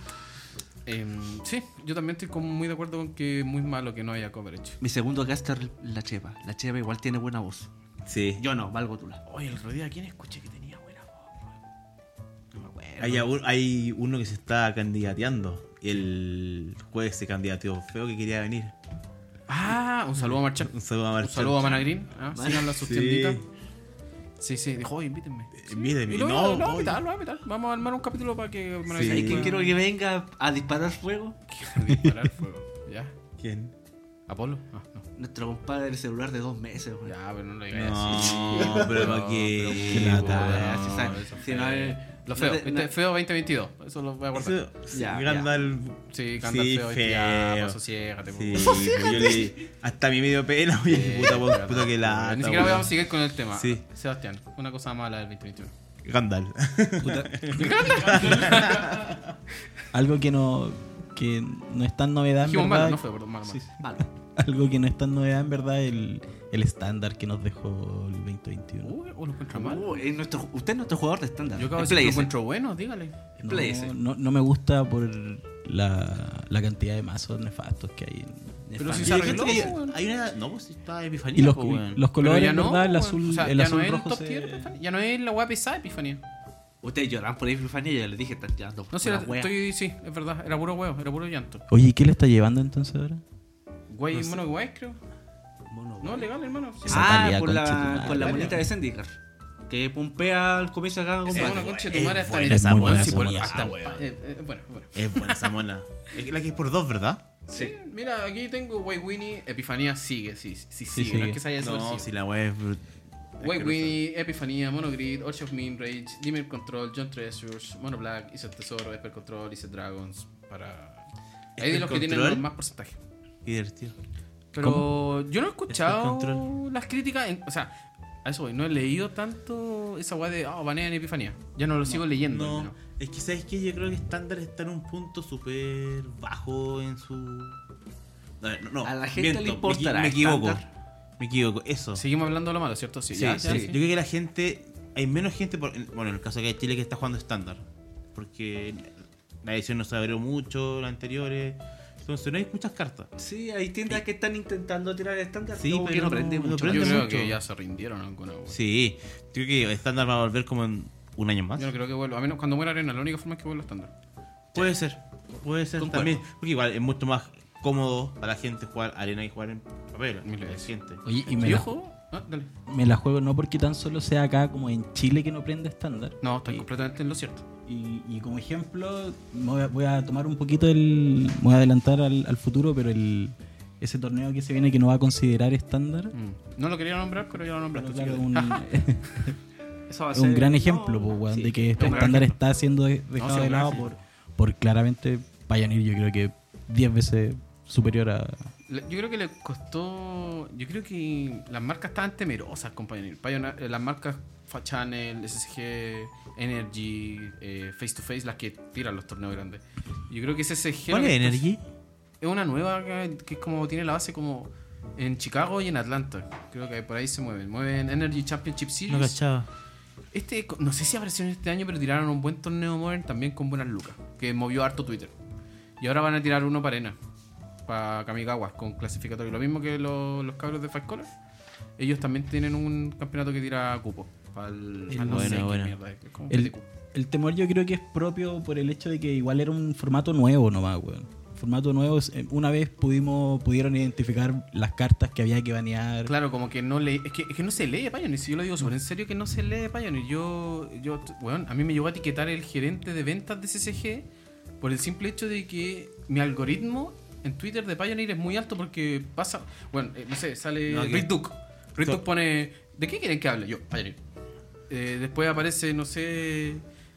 Sí, yo también estoy como muy de acuerdo con que es muy malo que no haya coverage. Mi segundo caster, la Chepa. La Chepa igual tiene buena voz. Sí. Yo no, valgo tula. Oye, el otro día, ¿quién escuché que tenía buena voz? No me acuerdo. Hay uno que se está candidateando. El jueves se candidateó feo que quería venir. Ah, un saludo a Marchal. Un saludo a Un Marchal. saludo a Managrín. Síganlo a sus Sí. tienditas. Sí, dijo, oye, invítenme. Invítenme. Y lo No, voy a oye. invitar, lo voy a invitar. Vamos a armar un capítulo para que Sí. ¿Sabes quién quiero que venga a disparar fuego? disparar fuego. ¿Ya? ¿Quién? ¿Apolo? Ah, no. Nuestro compadre del celular de 2 meses, weón. Ya, pero no lo digas No, así. pero ¿para qué? qué lata. Ya, se sabe. eso Si no fue- es- Lo feo, no te- este feo 2022. Eso lo voy a guardar. Eso, sí, Ya, Gandalf. Sí, canta Sí, feo. feo. Ya, pues, sosiégate, Sí, pues. pues yo hasta a mí me dio pena, oye, puta que la. Ni siquiera vamos a seguir con el tema. Sí. Sebastián, una cosa mala del 2021. Gandalf. puta. Algo que no es tan novedad en Dijimos verdad. malo, no fue, perdón, malo. Sí, malo. sí. Algo que no es tan novedad en verdad el estándar que nos dejó el 2021. Uy, lo encuentro mal. Usted es nuestro jugador de estándar. Yo acabo de decir que lo encuentro bueno, dígale. No me gusta por la cantidad de mazos nefastos que hay. Pero si Y se hay arregló, gente que- weón. hay una. No, pues está Epifanía. Y los, pues, weón. los colores, Pero ya en no, verdad, el weón. azul, O sea, el ya azul no es el rojo top tier Epifanía. Ya no es la wea pesada Epifanía. Ustedes lloran por Epifanía y yo les dije, están tirando No sé, una wea. sí, es verdad. Era puro huevo, era puro llanto. Oye, ¿y qué le está llevando entonces ahora? Güey, No sé. mono guay, creo. Mono, No, wea. legal, hermano. Sí. Esa Ah, calidad, con concha tu la madre. monita de Zendikar. Que pompea al comienzo acá con Sí, Batman. una concha de tu madre Es hasta buena en esa el mona, weón, esa sí, por- mona, hasta- esa weón. bueno. Es buena esa mona. Es la que es por 2, ¿verdad? Sí, mira, aquí tengo Way Winnie, Epifanía sigue, sí, sigue. No sigue. es que se haya No, desaparecido. si la wea es. Way Winnie, Epifanía, Mono Grid, Orch of Mean Rage, Dimmer Control, John Treasures, Mono Black, Ice el Tesoro, Esper Control, Ice Dragons. Para. Hay de los que tienen Control. los más porcentaje. Qué divertido. Pero yo no he escuchado Control. las críticas. O sea, a eso voy. No he leído tanto esa weá de banean Epifanía. Ya no lo sigo leyendo. al No, menos. es que sabes que yo creo que estándar está en un punto súper bajo en su. No, A la gente le miento, importará me equivoco. estándar. Me equivoco, eso. Seguimos hablando de lo malo, ¿cierto? Sí, Sí, ya, sí. ya, Yo creo que la gente. Hay menos gente. Bueno, en el caso que hay Chile que está jugando estándar. Porque la edición no se abrió mucho, las anteriores. Entonces no hay muchas cartas. Sí, hay tiendas que están intentando tirar el estándar. Sí, como pero que no no- prende no mucho. prende Yo creo mucho. que ya se rindieron alguna weá. Sí, creo que estándar va a volver como en un año más. Yo no creo que vuelva. A menos cuando muera Arena, la única forma es que vuelva estándar. Puede ser Concuerdo. también. Porque igual es mucho más cómodo para la gente jugar arena y jugar en papel. Mil la veces. gente. Oye, y ¿Y ojo? Dale. me la juego no porque tan solo sea acá como en Chile que no prende estándar. No, estoy completamente en lo cierto. Y como ejemplo, voy a tomar un poquito me voy a adelantar al futuro, pero ese torneo que se viene que no va a considerar estándar. No lo quería nombrar, pero ya lo nombraste. Claro, así que- un, Eso va a es un ser- gran no, ejemplo, po, weón, sí, de que es un gran estándar ejemplo. está siendo dejado sí, de lado sí. por claramente Pioneer, yo creo que 10 veces superior a... Yo creo que le costó. Yo creo que las marcas estaban temerosas con Pioneer. Las marcas Channel, SSG, Energy, Face to Face, las que tiran los torneos grandes. Yo creo que SSG. ¿Cuál es Energy? Es una nueva que es como tiene la base como en Chicago y en Atlanta. Creo que por ahí se mueven. Mueven Energy Championship Series. No cachaba. No sé si apareció en este año, pero tiraron un buen torneo Modern también con buenas lucas. Que movió harto Twitter. Y ahora van a tirar uno para Arena. Para Kamigawa, con clasificatorio. Lo mismo que los cabros de Five Color. Ellos también tienen un campeonato que tira cupo. Para el. No sé qué mierda, es como El, PTQ. el temor yo creo que es propio por el hecho de que igual era un formato nuevo nomás, weón. Formato nuevo, una vez pudieron identificar las cartas que había que banear. Claro, como que no lee. Es que no se lee Pioneer. Si yo lo digo súper en serio, que no se lee Pioneer. Bueno, a mí me llegó a etiquetar el gerente de ventas de CCG por el simple hecho de que mi algoritmo en Twitter de Pioneer es muy alto porque pasa. Bueno, no sé, sale No, Rick Duke. Rick Duke pone. ¿De qué quieren que hable? Yo, Pioneer. Después aparece, no sé.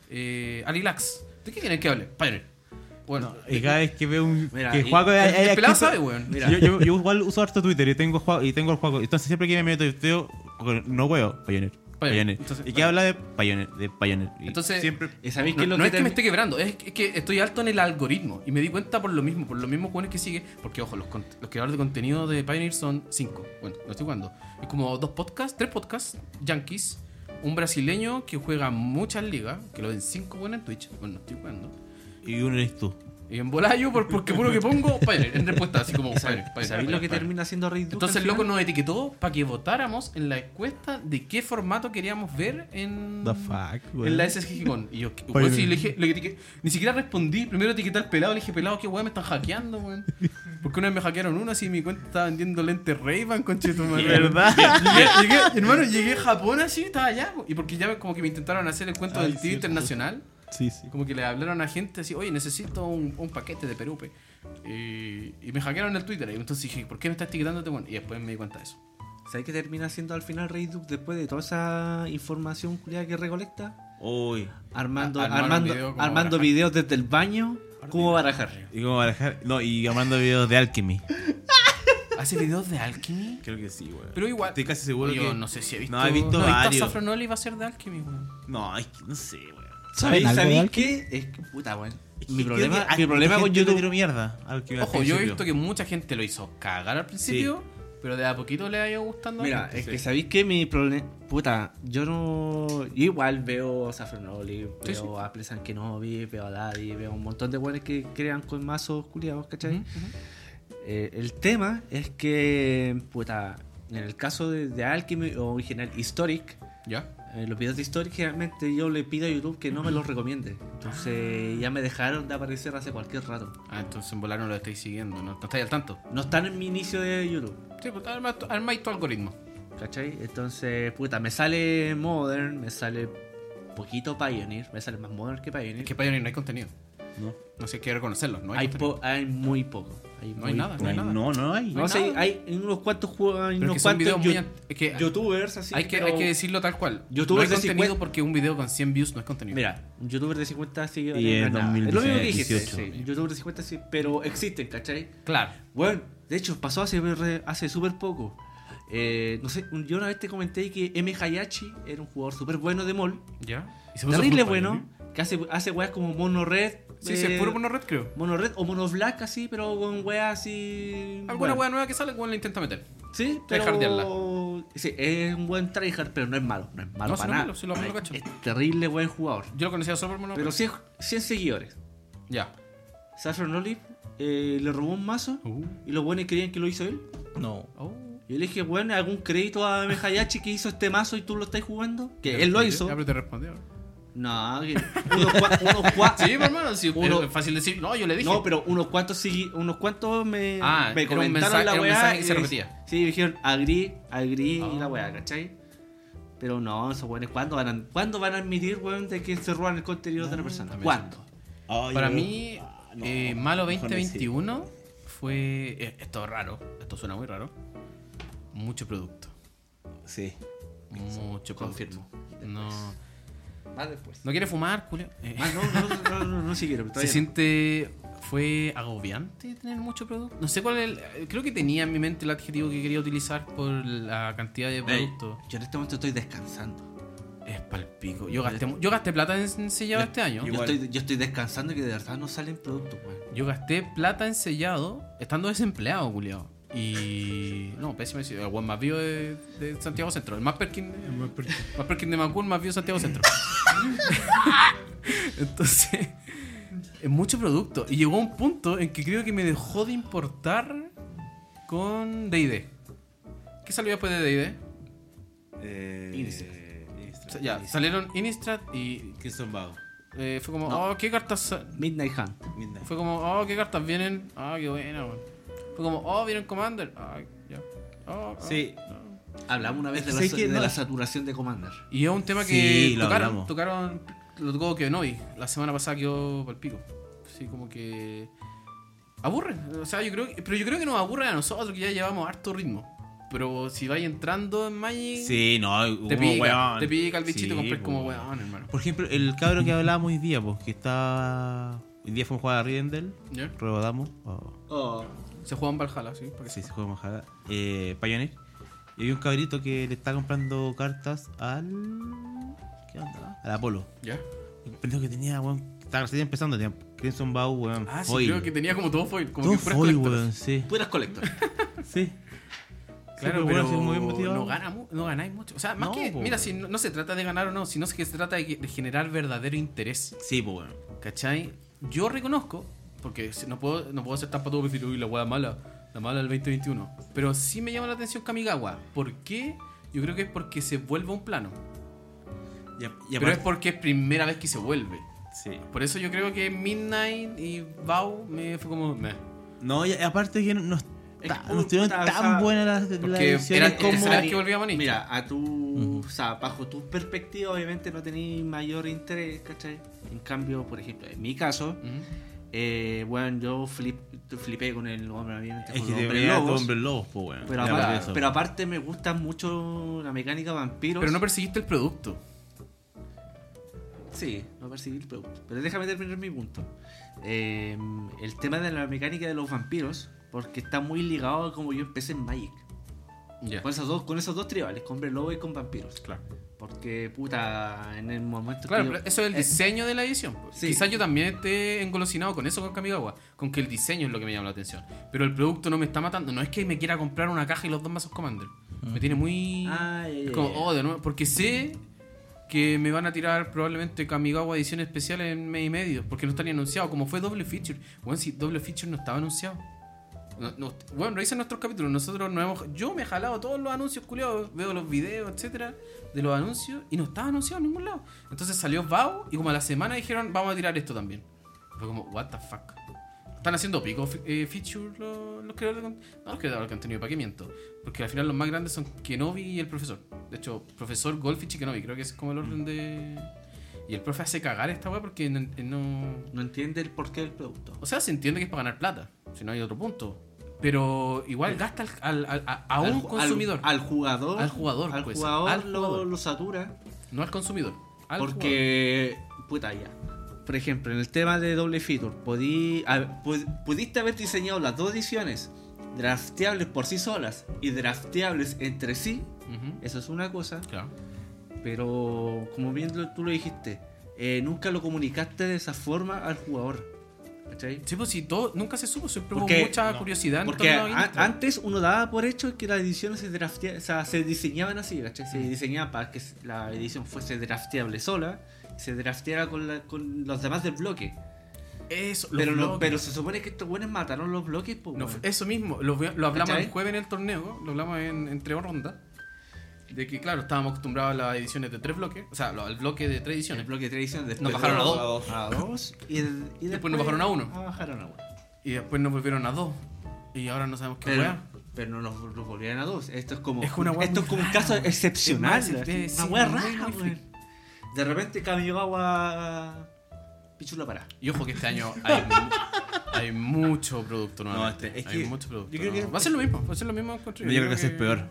Arilax. ¿De qué quieren que hable? Pioneer. Bueno, Y cada vez que veo un. Mira, que y- Juaco el pelado sabe, weón. Mira. Yo igual uso harto Twitter y tengo el juego. Entonces siempre que me meto y teo, no huevo, Pioneer. Pioneer. Pioneer. Entonces, ¿Y qué habla de Pioneer? Y Entonces- siempre. ¿Y sabéis No, qué es lo no que es que me esté quebrando, es que estoy alto en el algoritmo. Y me di cuenta por lo mismo jóvenes que sigue. Porque, ojo, los creadores de contenido de Pioneer son 5. Bueno, lo estoy jugando. Es como 3 podcasts, yankees, un brasileño que juega muchas ligas, que lo ven 5 buenas en Twitch. Bueno, no estoy jugando. Y uno eres tú. Y en volayo, porque puro que pongo Pioneer, en respuesta, así como Pioneer. ¿Sabéis lo que termina haciendo Rick Duke? Entonces al el loco final? nos etiquetó para que votáramos en la encuesta de qué formato queríamos ver en, The fuck, weón. en la SSG Con. Y yo, Oye, weón, sí, le etiqueté, ni siquiera respondí. Primero etiqueté al pelado, le dije, pelado, qué weón me están hackeando, weón. Porque una vez me hackearon una, así mi cuenta estaba vendiendo lentes Ray-Ban, conchetumadre. ¿Verdad? Hermano, llegué a Japón así, estaba allá. Y porque ya como que me intentaron hacer el cuento Ay, del tío cierto. internacional. Sí, sí. Como que le hablaron a gente así, oye, necesito un paquete de Perupe. Y me hackearon el Twitter. Y entonces dije, ¿por qué me estás etiquetando este weón? Y después me di cuenta de eso. ¿Sabéis qué termina haciendo al final Rick Duke después de toda esa información culiada que recolecta? Uy. Armando un video como armando barajar. videos desde el baño. ¿Cómo barajar? ¿Y cómo barajar? No, y armando videos de Alchemy. ¿Hace videos de Alchemy? Creo que sí, weón. Pero igual. Estoy casi seguro yo que. no sé si he visto. No, he visto a varios. Saffron Olive a ser de Alchemy, weón. No, es que no sé, weón. ¿Saben algo de ¿Sabéis Alchemy? qué? Es que puta, weón. Mi Creo problema, que mi problema con gente le YouTube. tiró mierda. Alchemy al Ojo, yo he principio. visto que mucha gente lo hizo cagar al principio, pero de a poquito le ha ido gustando. a la Mira, gente. es que sabéis que mi problema. Puta, yo no. Yo igual veo a Saffron Olive, Sí, veo a Pleasant Kenobi, veo a Daddy, veo un montón de buenos que crean con mazos culiados, ¿cachai? Ujú, ujú. El tema es que, puta, en el caso de Alchemy o en general Historic, ¿Ya? los videos de Historic generalmente yo le pido a YouTube que no me los recomiende. Entonces ya me dejaron de aparecer hace cualquier rato. Ah, entonces en volar no lo estáis siguiendo, ¿no? No estáis al tanto. No están en mi inicio de YouTube. Sí, pues armáis tu algoritmo. ¿Cachai? Entonces, puta, me sale Modern, me sale poquito Pioneer, me sale más Modern que Pioneer. Es que Pioneer no hay contenido. No. No sé, hay que reconocerlo. No hay, contenido. Hay muy poco. No hay nada, no hay nada. No hay. No hay sé, nada. hay unos cuantos juegos, hay Pero es unos que son videos cuantos muy es que youtubers así. hay que decirlo tal cual. Youtubers no hay de contenido 50 porque un video con 100 views no es contenido. Mira, un youtuber de 50 seguidores Y no en es nada. Es lo mismo que dijiste. 2018. Sí, un youtuber de 50 sí, pero existen, ¿cachai? Claro. Bueno, de hecho, pasó hace súper poco. No sé, yo una vez te comenté que M. Hayashi era un jugador súper bueno de mall. ¿Ya? Y se puso Terrible full bueno. Pioneer. Que hace weas como Mono Red. Sí, sí, es puro mono red, creo. Mono Red o Mono Black así, pero con weas así. Alguna bueno. wea nueva que sale, igual la intenta meter. Sí, Tryhardearla. pero. Sí, es un buen tryhard, pero no es malo. No es malo No, sí para lo nada. malo, sí lo malo, cacho. Es terrible buen jugador. Yo lo conocía solo por mono Pero red. 100 seguidores. Ya. Saffron Olive le robó un mazo y los buenos creían que lo hizo él. No. Oh. Yo le dije, bueno, ¿algún crédito a Hayashi que hizo este mazo y tú lo estás jugando? Que él lo hizo. Ya, pero te respondió. No, que unos cuantos. Sí, pero hermano, sí, Uno- es fácil decir. No, yo le dije. No, pero unos cuantos me, Ah, me era un comentaron mensaje- la era un weá mensaje que se y- repetía. Sí, dijeron agree y Ah. la weá, ¿cachai? Pero no, esos weones, ¿cuándo van a admitir, weón, de que se roban el contenido de otra persona? también. ¿Cuándo? Para mí, no, Malo mejor no 2021 fue. Esto es raro. Esto suena muy raro. Mucho producto. Sí. Mucho producto. Confirmo. No. Más después. No quiere fumar, Julio. No, sí quiero. pero Se todavía no. siente fue agobiante tener mucho producto. No sé cuál es creo que tenía en mi mente el adjetivo que quería utilizar por la cantidad de productos. Yo en este momento estoy descansando. Es palpico. Yo gasté plata en sellado este año. Yo estoy descansando y que de verdad no salen productos, weón. Yo gasté plata en sellado estando desempleado, culiao. Y. No, pésimo. El weón más vivo de Santiago Centro. El más Perkin de Macul, más vivo de Santiago Centro. Entonces. Es mucho producto. Y llegó un punto en que creo que me dejó de importar con D&D. ¿Qué salió después de D&D? Ya, salieron Innistrad y. Crimson Vow. Fue como, ¿qué cartas? Midnight Hunt. Fue como, ¿qué cartas vienen? Qué buena, weón. Fue como, vienen Commander. Ya. Sí. Hablamos una vez de la saturación de Commander. Y es un tema que Sí, lo lo tocó Kenobi. La semana pasada quedó pal pico. Así como que. Aburre. O sea, yo creo que nos aburre a nosotros que ya llevamos harto ritmo. Pero si vais entrando en Magic. Sí, no, te pica el bichito y Sí, compras como po. weón, hermano. Por ejemplo, el cabro que hablábamos hoy día, pues, que estaba. Hoy día fue a jugar a Rivendell. ¿Ya? Rodamos. Se juega en Valhalla, sí. Porque Sí, se juega en Majada. Pioneer. Y había un cabrito que le está comprando cartas al. ¿Qué onda? Al Apolo. ¿Ya? El pendejo que tenía, weón. Estaba recién empezando, tenía Crimson Vow, weón. Sí, foil. creo que tenía como todo foil. Como Todo que fueras foil, colector. weón, sí. Puras collector. Sí. Claro, Sí, pero bueno, sí, muy bien motivado. no ganáis mucho. O sea, más No, que, po, mira, weón. si no se trata de ganar o no, sino que se trata de generar verdadero interés. Sí, pues, weón. ¿Cachai? Yo reconozco, porque no puedo ser tan patudo que decir, uy, la hueá mala del 2021. Pero sí me llama la atención Kamigawa. ¿Por qué? Yo creo que es porque se vuelve un plano. Pero es porque es primera vez que se vuelve. Sí. Por eso yo creo que Midnight y Vow me fue como. Meh. No, y aparte que no estuvieron puta, tan o sea, buenas las Porque ediciones era como. tercera vez que volvíamos a Nicho. Mira, o sea, bajo tu perspectiva, obviamente no tenéis mayor interés, ¿cachai? En cambio, por ejemplo, en mi caso, bueno, yo flipé con el hombre, obviamente, Es con que los te hombres veía lobos. Hombres Lobos, pues, weón. Pero, Ya, aparte, por eso. pero aparte me gusta mucho la mecánica vampiros. Pero no perseguiste el producto. Sí, no percibí el producto. Pero déjame terminar mi punto. El tema de la mecánica de los vampiros, porque está muy ligado a como yo empecé en Magic. Ya. Con esos dos tribales, con hombre lobo y con vampiros. Claro. Porque, puta, en el momento Claro, que pero eso es el diseño de la edición. sí. Quizás yo también esté engolosinado con eso con Kamigawa, con que el diseño es lo que me llama la atención. Pero el producto no me está matando. No es que me quiera comprar una caja y los dos mazos Commander. Me tiene muy. Es como, de nuevo, porque sé que me van a tirar probablemente Kamigawa edición especial en mes y medio, porque no está ni anunciado, como fue doble feature. Bueno, si doble feature no estaba anunciado. Bueno, revisen nuestros capítulos. Yo me he jalado todos los anuncios, culiados. Veo los videos, etcétera, de los anuncios y no estaba anunciado en ningún lado. Entonces salió Vow y como a la semana dijeron, vamos a tirar esto también. Fue como, what the fuck. Están haciendo pico feature los creadores de contenido. No, los creadores de contenido, ¿para qué miento? Porque al final los más grandes son Kenobi y el profesor. De hecho, profesor, Goldfish y Kenobi. Creo que es como el orden de. Y el profe hace cagar esta weá porque no entiende el porqué del producto. O sea, se entiende que es para ganar plata. Si no hay otro punto. Pero igual gasta a un consumidor. Al jugador. Al jugador, Al pues. jugador, Al jugador. lo satura. No al consumidor. Al Porque, puta, ya. Por ejemplo, en el tema de doble feature, pudiste haber diseñado las dos ediciones drafteables por sí solas y drafteables entre sí. jugador. Ujú. Eso es una cosa. Claro. Pero, como bien tú lo dijiste, nunca lo comunicaste de esa forma al jugador. ¿Cachai? Sí, pues si todo nunca se supo, siempre hubo Porque- mucha curiosidad en Porque torno a Innistrad. antes uno daba por hecho que las ediciones se diseñaban así, ¿cachai? Se diseñaban para que la edición fuese drafteable sola, se drafteara con los demás del bloque. Eso, Pero se supone que estos buenos mataron los bloques, pues. No, weón. eso mismo, lo hablamos ¿Cachai? el jueves en el torneo, lo hablamos en 3 rondas. De que, claro, estábamos acostumbrados a las ediciones de 3 bloques, o sea, al bloque de 3 El ediciones. bloque de tradición después Nos bajaron a dos. a dos y después nos bajaron a uno. Bajaron a uno. Y después nos volvieron a 2. Y ahora no sabemos qué Pero, weá. pero no los volvieron a dos. Esto es como, Es una weá esto es muy como un rara, caso weón. excepcional. Es más, así, sí, una weá muy, rara, muy weón. De repente Kamigawa Pichula para. Y ojo que este año hay mucho producto nuevo. No, es hay que mucho producto. yo creo que- Va a ser lo mismo, encuentro Yo creo que va a ser peor.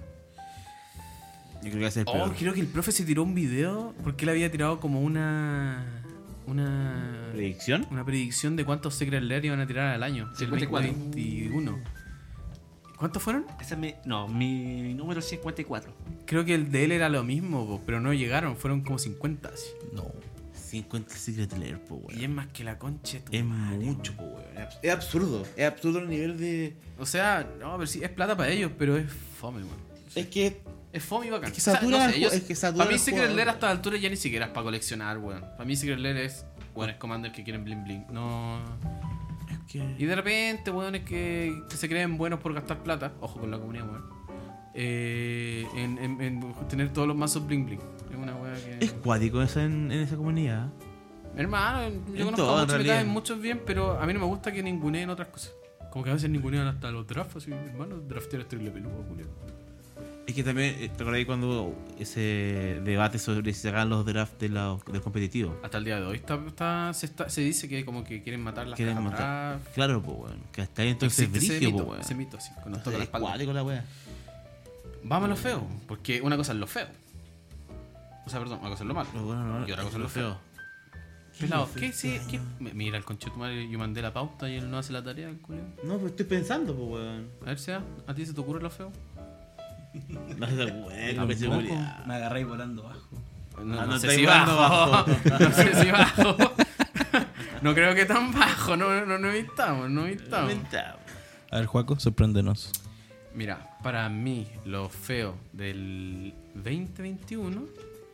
Yo creo que va a ser Oh, peor. creo que el profe se tiró un video porque él había tirado como una ¿Predicción? una predicción de cuántos Secret Lair iban a tirar al año. 54. 2021. ¿Cuántos fueron? Mi número es 54. Creo que el de él era lo mismo, po, pero no llegaron, fueron como 50. Así. No. 50 Secret Lair, po, weón. Y es más que la concha de tu Es madre, mucho, po, weón. Es absurdo. Es absurdo el nivel de. O sea, no, pero sí, es plata para ellos, pero es fome, weón. Es que. Es fome y bacán. Es que satura no al sé, ellos- es que satura para mí al Secret jugador. Lair hasta la altura ya ni siquiera es para coleccionar, weón. Para mí Secret Lair es, weón, es Commander que quieren bling bling. No. Es que. Y de repente, weón, es que se creen buenos por gastar plata. Ojo con la comunidad, weón. En tener todos los mazos bling bling. Es una weá que. Es cuático eso en esa comunidad. Hermano, yo En conozco todo, a en muchos, me realidad. caen muchos bien, pero a mí no me gusta que ninguneen otras cosas. Como que a veces ningunean hasta los drafts, así, hermano, draftear terrible peludo, Julio. Es que también, ¿te acordás cuando ese debate sobre si sacan los drafts del competitivo? Hasta el día de hoy se dice que como que quieren matar las Quieren cajas matar. draft. Claro, pues, weón. Que hasta ahí entonces Existe ese brillo, mito, pues, ese weón. mito, así, con toda la Es espalda. cuático la weá. Vamos a lo feo, porque una cosa es lo feo. O sea, perdón, una cosa es lo malo. Lo bueno, no, Y otra cosa es lo feo. Pelado, ¿qué? Sí, ¿qué? Mira, el concheto madre, yo mandé la pauta y él no hace la tarea, el culiao. No, pero estoy pensando, pues, weón. A ver, sea, ¿a ti se te ocurre lo feo? No es bueno, que se Tampoco. culia. Me agarráis volando bajo. No, no sé estáis si volando bajo. No sé si bajo. No creo que tan bajo, no evitamos. Inventado. A ver, Juaco, sorpréndenos. Mira, para mí lo feo del 2021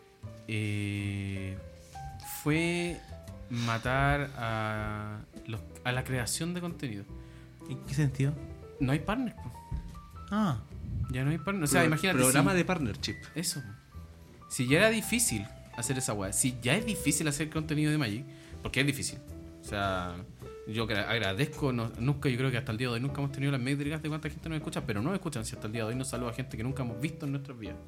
fue matar a la creación de contenido. ¿En qué sentido? No hay partner, po. Ah. Ya no hay partner. O sea, imagínate. Programa si- de partnership. Eso. Si ya era difícil hacer esa weá, si ya es difícil hacer contenido de Magic, porque es difícil. O sea, yo agradezco, nunca, yo creo que hasta el día de hoy nunca hemos tenido las métricas de cuánta gente nos escucha, pero no nos escuchan si hasta el día de hoy nos saluda gente que nunca hemos visto en nuestras vidas.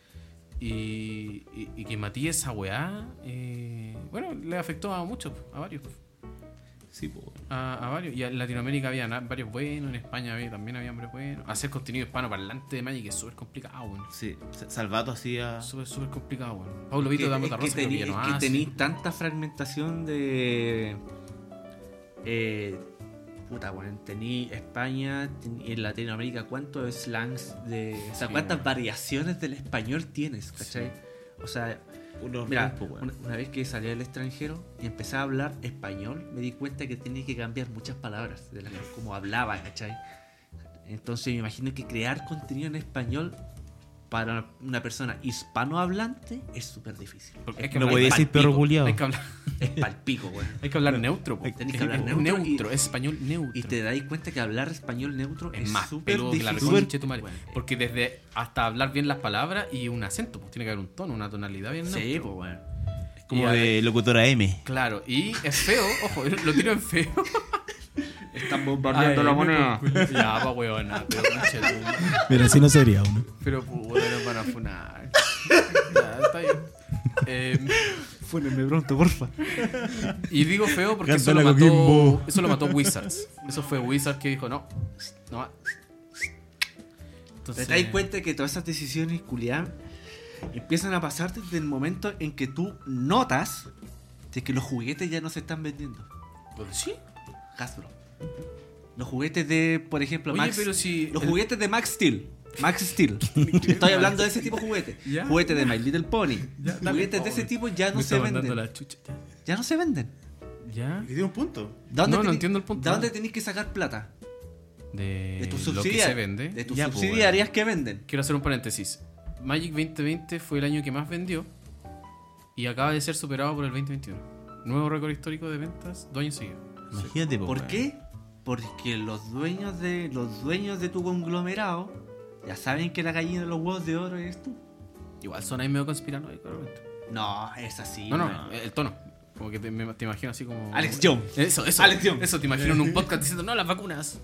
Y que maté esa weá, bueno, le afectó a muchos, a varios. Sí, pues. A varios. Y en Latinoamérica había varios buenos, en España también había varios buenos. Hacer contenido hispanoparlante de Magic es súper complicado, weón. Sí, Salvato hacía. Súper complicado, weón. Paulo Vito dando Es que tenéis tanta fragmentación de. Puta, weón. Tení España, en Latinoamérica, ¿cuántos slangs de. O sea, Sí, cuántas weón. variaciones del español tienes, ¿cachai? O sea, Unos mira, pues, weón. una vez que salí al extranjero y empecé a hablar español, me di cuenta que tenía que cambiar muchas palabras de las como hablaba, ¿cachai? Entonces me imagino que crear contenido en español para una persona hispanohablante es súper difícil. Porque hay No hablar podía decir palpico. perro culiao. Hay que hablar, Es palpico, weón. hay que hablar neutro, po. Tenés que Es hablar neutro es español neutro. Y te dais cuenta que hablar español neutro es es más súper peludo que la difícil. reconcha de tu madre. Bueno, Porque desde hasta hablar bien las palabras y un acento, pues tiene que haber un tono, una tonalidad bien neutro. sí, pues, weón. Como Y, de locutora M. Claro, y es feo, ojo, lo tiro en feo. Están bombardeando la moneda. Ya, pa' weona, pero concha de tu madre. Mira, así no sería uno. Pero puta, no van a funar. Ya, está bien. Fúnenme pronto, porfa. Y digo feo porque Canta la Coquimbo. eso lo mató Wizards. Eso fue Wizards que dijo, no más. Te das cuenta que todas esas decisiones culiadas empiezan a pasar desde el momento en que tú notas de que los juguetes ya no se están vendiendo. Pues sí. Hasbro. Los juguetes de, por ejemplo, Oye, Max. pero si Los el- juguetes de Max Steel. Max Steel. Estoy hablando de ese tipo de juguetes. Ya. Juguetes de My Little Pony. Ya, dale. Juguetes de ese tipo ya no Me se está mandando venden. la chucha. Ya no se venden. ¿Ya? Y tiene un punto. ¿Dónde No tení- entiendo el punto. ¿De dónde tenéis que sacar plata? De, De tus lo que se subsidiarias. vende. De tus Ya, pues, subsidiarias que venden. Quiero hacer un paréntesis. Magic 2020 fue el año que más vendió y acaba de ser superado por el 2021. Nuevo récord histórico de ventas 2 años seguidos. Imagínate, po, ¿Por weón. qué? Porque los dueños de tu conglomerado ya saben que la gallina de los huevos de oro eres tú. Igual son ahí medio conspiranoicos. realmente. No, es así. No, weón. el tono. Como que te imagino así como. Alex Jones. Eso. Alex Jones. Eso, te imagino en un podcast diciendo, no, las vacunas.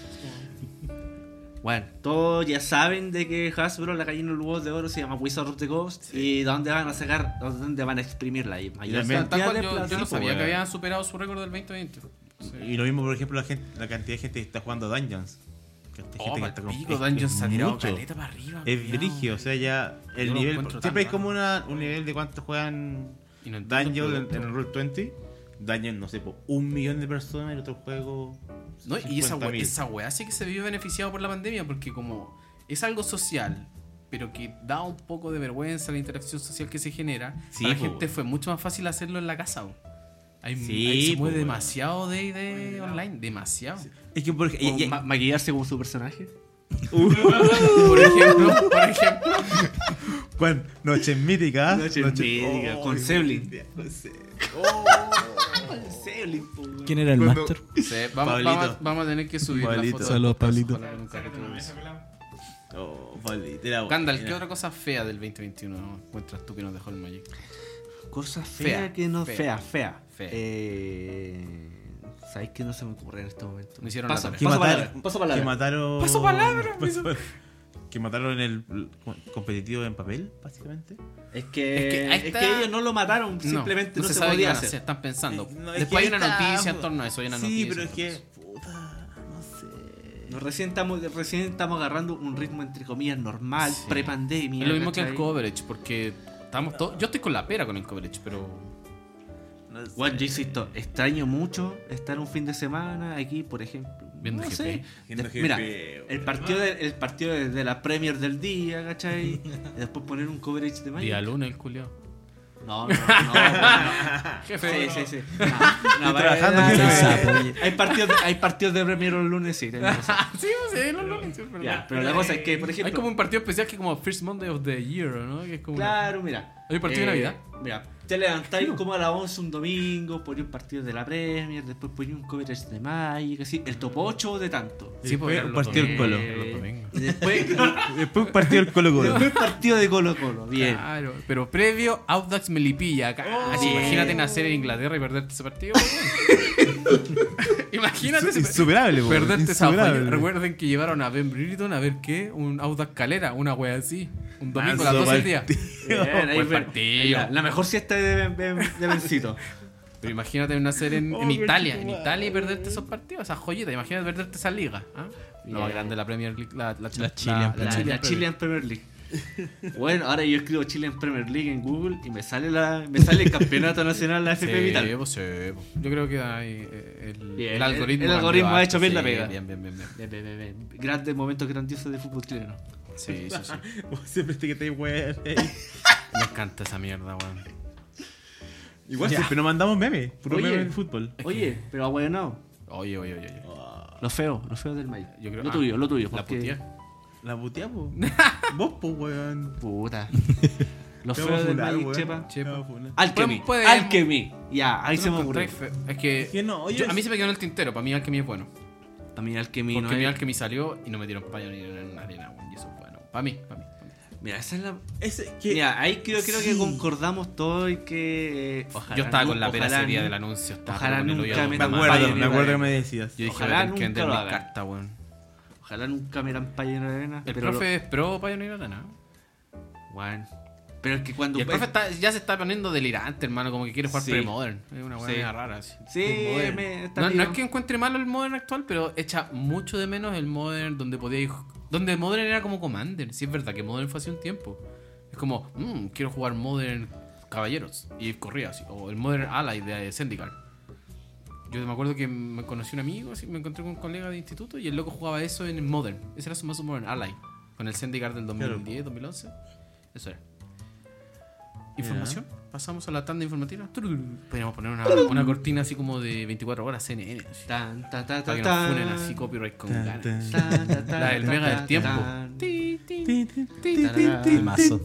Bueno, todos ya saben de que Hasbro, la gallina de los huevos de oro, se llama Wizard of the Coast. ¿Y dónde van a sacar? ¿Dónde van a exprimirla? Ahí. también- Tal cual, de yo plaza. no sabía weón. que habían superado su récord del 2020. Y lo mismo, por ejemplo, la cantidad de gente que está jugando Dungeons. Oh, Gente que palpico, es Dungeons se ha tirado mucho. caleta para arriba. Es culiao. brigio, o sea, ya el Yo lo nivel. encuentro Siempre hay tan como un nivel de cuánto juegan Y no entiendo el Dungeons producto. en el Roll 20. dañan, no sé, po, 1 millón de personas en otro juego. No, y esa 50.000. weá sí que se vio beneficiado por la pandemia porque como es algo social, pero que da un poco de vergüenza la interacción social que se genera, Sí, para la po, gente weón. fue mucho más fácil hacerlo en la casa. Ahí Sí, se po, mueve weón. demasiado de online, demasiado. Es que porque. O maquillarse como su personaje. Por ejemplo, ¿Cuál? Noche mítica. Noche mítica, con Zeppelin. Zeppelin, po, weón. ¿Quién era el Cuando- máster? sí, Pablito. vamos a tener que subir Pablito. la foto. Saludos, después, Pablito. ojalá que nunca retomemos. Oh, vale, era Gandalf, buena. ¿qué otra cosa fea del 2021 encuentras tú que nos dejó el Magic? Cosa Fea, fea que no. fea. Fea. Fea. ¿Sabéis que no se me ocurre en este momento? Me hicieron Paso, la Que paso mataron- palabra. Paso palabra. Que mataron. Paso palabra, Que mataron el competitivo en papel, básicamente. Es que ahí está- ellos no lo mataron, simplemente no, se sabe qué podía van a hacer. hacer, están pensando. No, es Después que hay una ahí está, noticia en po. torno a eso, hay una Sí, noticia. pero es en que. torno a eso. Puta, no sé. Recién estamos agarrando un ritmo entre comillas normal, Sí. pre-pandemia. Es lo mismo que el ¿cachai? coverage, porque estamos todos. Yo estoy con la pera con el coverage, pero. No sé. Bueno, yo insisto, extraño mucho estar un fin de semana aquí, por ejemplo. Viendo no GP. sé. Viendo Mira, GP, el partido de la Premier del día, ¿cachai? Y después poner un coverage de Magic. Día lunes el culiao. No, bueno. Jefe. Sí. No, trabajando, no, jefe. no, Sapo, oye. hay partidos de Premier los lunes, sí. tenés razón. Sí, los lunes, sí, es verdad. Ya, pero la cosa es que, por ejemplo. Hay como un partido especial que es como First Monday of the Year, ¿no? Que es como una- Claro, mira. ¿Hay partido de Navidad? Mira, te levantáis como a las 11 un domingo, ponéis un partido de la Premier, después ponéis un coverage de Magic, así, el top 8 de tanto. Sí, porque Después eran un los partido del Colo. domingos, los domingos. Y después, Después un partido del Colo Colo. después partido de Colo Colo, bien. Claro, pero previo Audax Melipilla acá. Así, bien. imagínate nacer en Inglaterra y perderte ese partido. Imagínate Insuperable, po, perderte esa insuperable. joya. Recuerden que llevaron a Ben Britton a ver qué, un Audax Calera, una wea así. Un domingo a las 12 del día. Bien, ahí Buen ven. partido. La mejor siesta de Bencito. Pero imagínate nacer en Oh, Italia, qué y perderte esos partidos, esas joyitas. Imagínate perderte esa liga. ¿Ah? Lo más Bien. grande de la Premier League, la Chilean Premier La Chilean Premier League. Bueno, ahora yo escribo Chilean Premier League en Google y me sale el campeonato nacional de la FP Vital. Sí, pues, sí, pues. Yo creo que ahí, Bien, el algoritmo. el algoritmo cambió ha hecho harto, bien la sí, pega. Bien. Bien. Grandes momentos grandiosos de fútbol chileno. Sí. Vos siempre te que te weas. Me encanta esa mierda, weón. Igual siempre nos mandamos memes. Puro Oye. meme de fútbol. Oye, pero bueno, Oye. lo feo del Magic. Yo creo- Lo tuyo. La porque- putía. La putea, po. Vos, po, weón. Puta. Lo Te feo vamos a del funar, Magic, weón. chepa. Chepa. Te vamos a funar. Alchemy. Puede- Alchemy. Ya, ahí ¿Tú se no me ocurrió. encontráis fe- Es que. Que no, oye, a mí se me quedó en el tintero. Para mí Alchemy es bueno. A mí Alchemy Porque no mi es... Alchemy salió y no metieron Pioneer en arena, weón. Y eso es bueno. Para mí. Mira, esa es la... ese que. Mira, ahí creo que Sí. concordamos todos y que... ojalá Yo estaba con la nu- pera ojalá ese día nu- del anuncio. Estaba ojalá con el hoyo nunca de me la Me mano. acuerdo, Pioneer me acuerdo que Arena. me decías. Yo dije, Ojalá voy a tener que nunca vender lo mi hagan. carta, weón. Ojalá nunca me dan Pioneer Arena. El pero profe es pro Pioneer Arena. Bueno. Pero es que cuando... Y el profe ya se está poniendo delirante, hermano, como que quiere jugar Sí. pre-modern. Es una weá Sí. media rara. Así. Sí, Modern. está No, medio- es que encuentre malo el modern actual, pero echa mucho de menos el modern donde podíais. Donde modern era como Commander. Sí, es verdad que modern fue hace un tiempo. Es como, quiero jugar modern caballeros. Y corría así. O el modern ally de Zendikar. Yo me acuerdo que me conocí un amigo, así, me encontré con un colega de instituto y el loco jugaba eso en modern. Ese era su más modern ally. Con el Zendikar del 2010, 2011. Eso era. Información. Pasamos a la tanda informativa. Podríamos poner una cortina así como de 24 horas CNN. Así, Tan, ta, ta, para ta, que nos funen tan. así copyright con Tan, ganas. tan. Tan, ta, ta, La del ta, Mega ta, del tiempo. tan. Ti, ti, Ti, ti, tarara. ti, Temazo.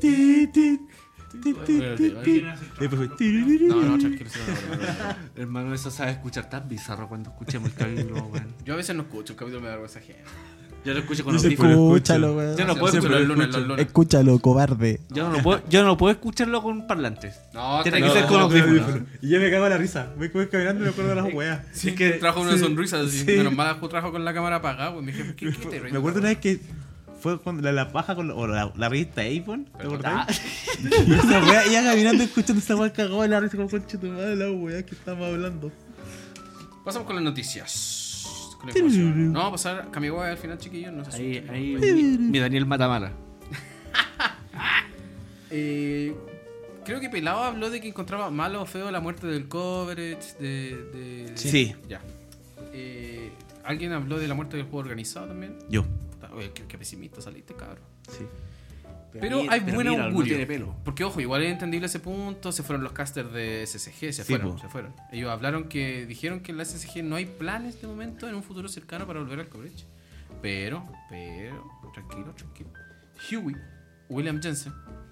Después fue. No, tranquilo. Hermano, eso sabe escuchar tan bizarro cuando escuchemos el capítulo, weón. Yo a veces no escucho, el capítulo me da vergüenza ajena. Yo lo escucho con Yo sé audífonos. Escúchalo, weón. Yo no puedo Siempre escuchar- los lunes. Escúchalo, cobarde. Yo no puedo escucharlo con parlantes. No, Tiene tranquilo. que ser con audífonos. Y yo me cago en la risa. Voy caminando y me acuerdo de las weas. Sí, Es que- trajo una sí, sonrisa así. sí. Menos mal trabajo con la cámara apagada. Pues me dije, ¿qué te ríes? Me acuerdo una vez que fue cuando la paja con o la revista Avon. ¿Te acordás? Y esa wea, ella caminando escuchando esa wea cagada de la risa como concha tu madre la wea que estamos hablando. Pasamos con las noticias. Con la información. No, vamos a pasar a Kamigawa al final, chiquillos. No sé Ahí mi Daniel Matamala. ¿Qué creo que Pelado habló de que encontraba malo o feo la muerte del coverage. Sí. Ya. ¿Alguien habló de la muerte del juego organizado también? Yo. Puta, oye, qué pesimista saliste, cabrón. Sí. Pero hay buen míralo, augurio. No tiene pelo. Porque, ojo, igual es entendible ese punto. Se fueron los casters de SSG, se fueron. Ellos dijeron que en la SSG no hay planes de momento en un futuro cercano para volver al coverage. Pero, tranquilo. Huey, William Jensen,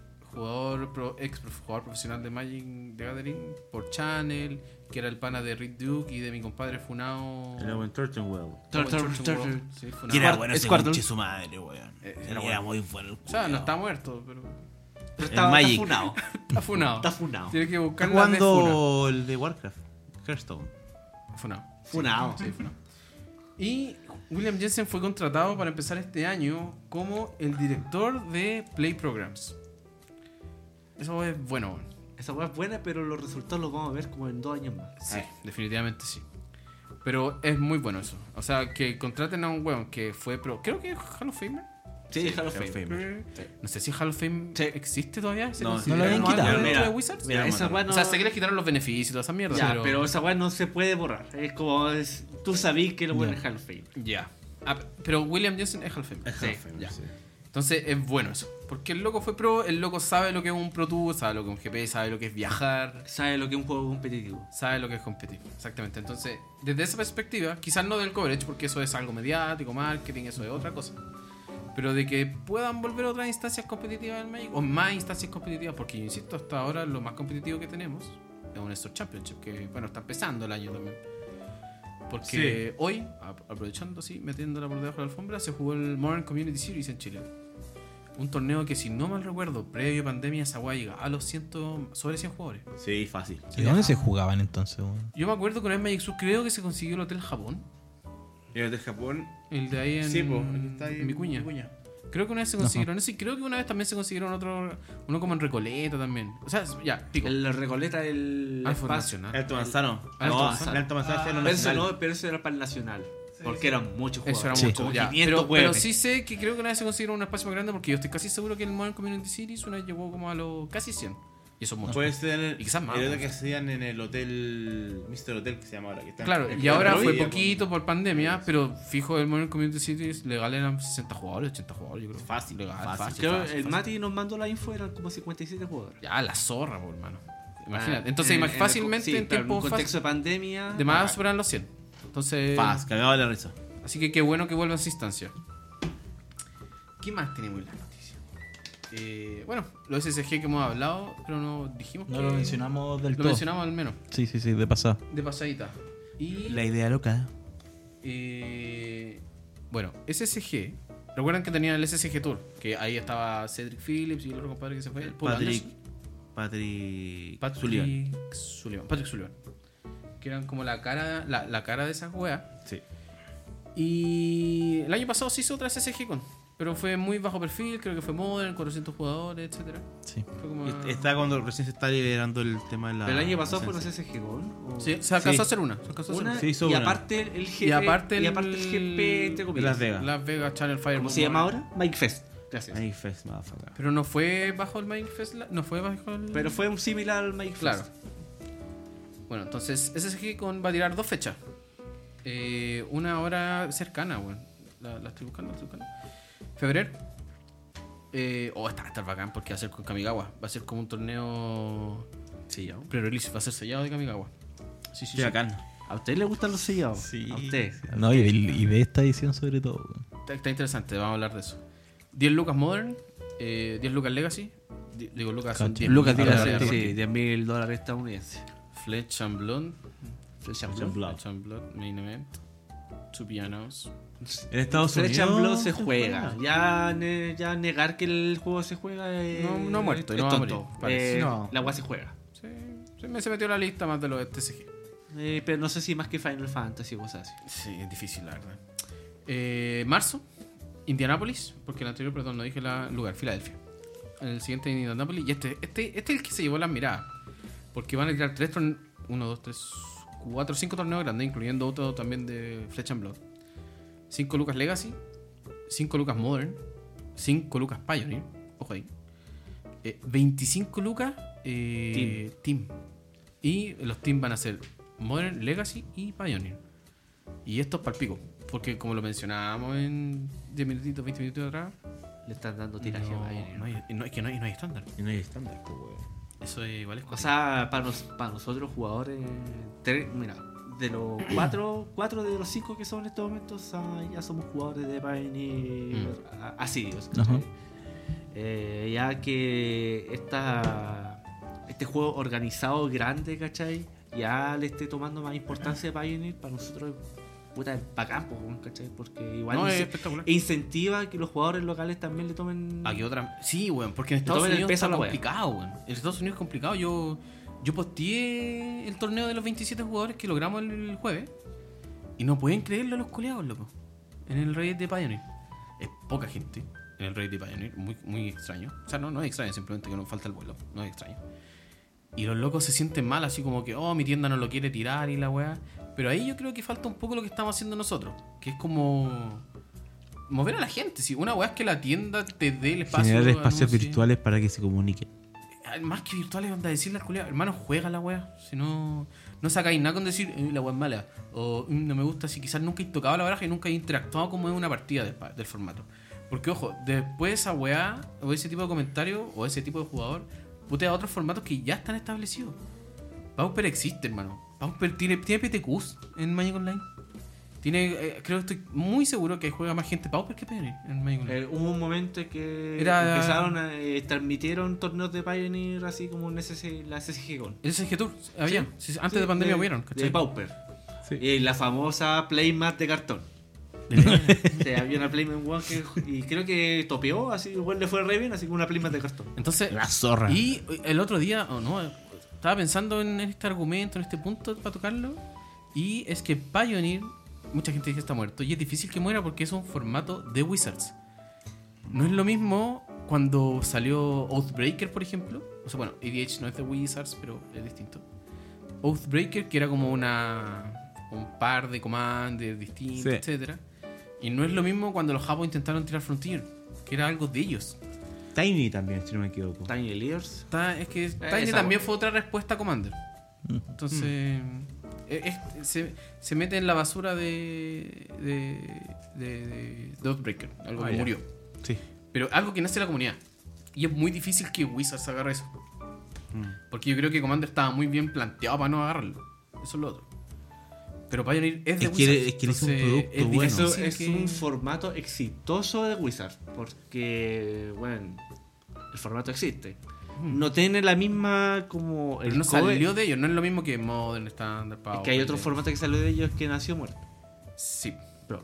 ex jugador profesional de Magic the Gathering por Channel, que era el pana de Rick Duke y de mi compadre Funao. Era buen Turtle. Turtle. Sí, Funao. Que era bueno Es ese Squirtle. conche su madre, weón. Era muy bueno el O sea, no culiao. está muerto, pero Está Magic. funado. está funado. Está funado. Tiene que Está buscar jugando el de Warcraft. Hearthstone. Funao. Funado. Sí, funao. Y William Jensen fue contratado para empezar este año como el director de Play Programs. Eso es bueno, weón. Esa weá es buena, pero los resultados los vamos a ver como en 2 años más. Sí, definitivamente sí. Pero es muy bueno eso. O sea, que contraten a un weón que fue creo que es Hall of Famer. Sí, Hall of Hall of Fame. Fame. No sé si Hall of Fame Sí. existe todavía. ¿Se No, considera no lo habían como algo quitado. dentro Mira, de Wizards? Mira, esa weá no... O sea, sé que les quitaron los beneficios y toda esa mierda. Ya, pero esa weá no se puede borrar. Es como... tú sabís que lo bueno Ya. es Hall of Fame. Ya. Ah, pero William Jensen es Hall of Fame. Sí, ya. Entonces es bueno eso. Porque el loco fue pro, el loco sabe lo que es un Pro Tour, sabe lo que es un GP, sabe lo que es viajar, Sabe lo que es un juego competitivo. sabe lo que es competir. Exactamente. Entonces, desde esa perspectiva, quizás no del coverage, porque eso es algo mediático, marketing, eso es otra cosa. Pero de que puedan volver a otras instancias competitivas del Magic, o más instancias competitivas, porque yo insisto, hasta ahora lo más competitivo que tenemos es un Store Championship, que bueno, está empezando el año también. Porque hoy, aprovechando así, metiéndola por debajo de la alfombra, se jugó el Modern Community Series en Chile. Un torneo que, si no mal recuerdo, previo a pandemia, esa guay llegaba a los sobre 100 jugadores. Sí, fácil. ¿Y dónde se jugaban entonces, weón? Yo me acuerdo que una vez Magic Sur creo que se consiguió el Hotel Japón. Y el de Japón. El de ahí en, Sí, pues. El que está ahí en Vicuña. Creo que una vez se consiguieron eso y creo que una vez también se consiguieron uno como en Recoleta también. O sea, ya, pico. El Recoleta, el... Alfa espacio. Nacional. Alto Manzano. Alto No, Manzano. el Alto Manzano es lo Pero eso, nacional. no, pero eso era para el Nacional. Porque eran muchos jugadores. Eso era Sí. mucho, Como ya. 500 Pero hueones. sí sé que creo que una vez se consiguieron un espacio más grande porque yo estoy casi seguro que el Modern Community Series una vez llegó como a los casi 100. Y eso es mucho. Puede ser Y quizás más, el otro ¿no? que hacían en el hotel. Mr. Hotel, que se llama ahora. Que está Claro, en y ahora fue Florida, poquito por pandemia, pero fijo, el Modern Community Series legal eran 60 jugadores, 80 jugadores, yo creo. Fácil, Legal, fácil. Creo fácil, el fácil. Mati nos mandó la info, eran como 57 jugadores. Ya, la zorra, por hermano. Imagínate. Ah, Entonces, en el- fácilmente sí, en claro, tiempo en un contexto de pandemia. de más superan los 100. Entonces, Fácil, cagado de la risa. así que qué bueno que vuelva a esa instancia. ¿Qué más tenemos en las noticias? Bueno, los SSG que hemos hablado, pero no dijimos No que... lo mencionamos del Lo todo. mencionamos al menos, Sí, de pasada. de pasadita. Y... La idea loca. bueno, SSG. Recuerdan que tenían el SSG Tour, que ahí estaba Cedric Phillips y el otro compadre que se fue, el Paul Anderson. Patrick Sullivan. Patrick Sullivan. Que eran como la cara de esa wea. Sí. Y el año pasado se hizo otra SSG con, pero fue muy bajo perfil, creo que fue Modern, 400 jugadores, etcétera. Sí. Fue como... Está cuando recién se está liberando el tema de la. Pero el año pasado fue no licencia. sé si Gol. Sí, se alcanzó Sí. a hacer una. Se alcanzó a hacer Una, Se hizo y una. aparte el GP. Y aparte el GP, entre De comillas. Las Vegas. Las Vegas Channel Fire. ¿Cómo se llama ahora? Mike Fest. Gracias. Ahí Fest, motherfucker. Pero no fue bajo el Magic Fest, no fue bajo el... Pero fue un similar al Mike Claro. Fest. Bueno, entonces SSG con va a tirar 2 fechas. Una hora cercana, bueno. La estoy buscando, Febrero. Esta va a estar bacán porque va a ser con Kamigawa. Va a ser como un torneo Sellado. pre-release. Va a ser sellado de Kamigawa. Sí. Qué bacán. ¿A usted le gustan los sellados? Sí. A usted. No, y de esta edición sobre todo, weón. Está interesante, vamos a hablar de eso. 10 lucas Modern, 10 lucas Legacy. Digo, lucas son 10 Lucas Lucas diga, dólares. sí, $10,000 estadounidenses. Fletch and Blonde. Fletch and Blood. Blood. Fletch and Blood, main event. 2 pianos. En Estados Fletch Unidos. and Blood se juega. Ya negar que el juego se juega No ha muerto y es no va a tonto. morir, parece. No. La agua se juega. Sí, se metió en la lista más de los TCG. Pero no sé si más que Final Fantasy o cosas así. Sí, es difícil, la verdad. Marzo, Indianápolis, porque el anterior, perdón, no dije el lugar, Filadelfia. El siguiente en Indianápolis. Y este es el que se llevó las miradas. Porque van a tirar 3 torneos. 1, 2, 3, 4, 5 torneos grandes, incluyendo otro también de Fletch and Blood. 5 lucas Legacy, 5 lucas Modern, 5 lucas Pioneer, ojo ahí. 25 lucas Team. Y los teams van a ser Modern, Legacy y Pioneer. Y esto es palpico. Porque como lo mencionábamos en 10 minutitos, 20 minutos atrás, Le están dando tiraje a Pioneer. no hay estándar. Y no hay estándar, pues, weón. Eso es igual. O sea, para nosotros jugadores, mira, de los cuatro de los 5 que son en estos momentos, ya somos jugadores de Pioneer asiduos. Ajá. Ya que este juego organizado grande, ¿cachai? Ya le esté tomando más importancia a Pioneer, para nosotros puta es bacán, ¿cachai? Porque igual No, es espectacular. incentiva que los jugadores locales también le tomen. ¿A qué otra? Sí, weón, porque en Estados tomen el Unidos peso está a la wea. complicado, weón. En Estados Unidos es complicado. Yo posteé el torneo de los 27 jugadores que logramos el jueves. Y no pueden creerlo los coleados, loco. En el Raid de Pioneer. Es poca gente en el Raid de Pioneer. Muy, muy extraño. O sea, no es extraño, simplemente que nos falta el vuelo. No es extraño. Y los locos se sienten mal, así como que, oh, mi tienda no lo quiere tirar y la weá. Pero ahí yo creo que falta un poco lo que estamos haciendo nosotros. Que es como mover a la gente. Si una weá es que la tienda te dé el espacio. Generar espacios anuncie. virtuales para que se comuniquen. Más que virtuales, anda a decirle al culiao, hermano, juega la weá. Si no sacáis nada con decir, la weá es mala. O no me gusta, si quizás nunca he tocado la baraja y nunca he interactuado como en una partida del formato. Porque, ojo, después de esa weá, o ese tipo de comentario, o ese tipo de jugador, putea otros formatos que ya están establecidos. Pauper existe, hermano. Pauper tiene PTQs en Magic Online. Creo que estoy muy seguro que juega más gente Pauper que Pioneer en Magic Online. Hubo un momento en que Era- transmitieron torneos de Pioneer así como en la SSG Con. El SG Tour, había. Sí. Sí, antes de pandemia hubieron, De ¿cachai? Pauper. Sí. Y la famosa Playmat de cartón. Sí, había una Playmat One y creo que topeó, así igual le fue re bien, así como una Playmat de cartón. Entonces, La zorra. y el otro día, estaba pensando en este argumento, en este punto para tocarlo. Y es que Pioneer, mucha gente dice que está muerto. Y es difícil que muera porque es un formato de Wizards. No es lo mismo cuando salió Oathbreaker, por ejemplo. O sea, bueno, EDH no es de Wizards, pero es distinto. Oathbreaker, que era como un par de commanders distintos, Sí. etcétera. Y no es lo mismo cuando los japos intentaron tirar Frontier, que era algo de ellos. Tiny también, si no me equivoco. Tiny Leaders. Es que Tiny esa también fue otra respuesta a Commander. Entonces, se mete en la basura de Oathbreaker, algo que ya. murió. Sí. Pero algo que nace en la comunidad. Y es muy difícil que Wizards agarre eso. Porque yo creo que Commander estaba muy bien planteado para no agarrarlo. Eso es lo otro. Pero Pioneer es de Es que- Wizards. es que es un entonces producto es bueno. difícil Eso es que- un formato exitoso de Wizards. Porque, bueno, el formato existe. No tiene la misma como Pero el no cover. salió de ellos. No es lo mismo que Modern, Standard, Power. Es que hay otro formato que salió de ellos que nació muerto. Sí. Brawl.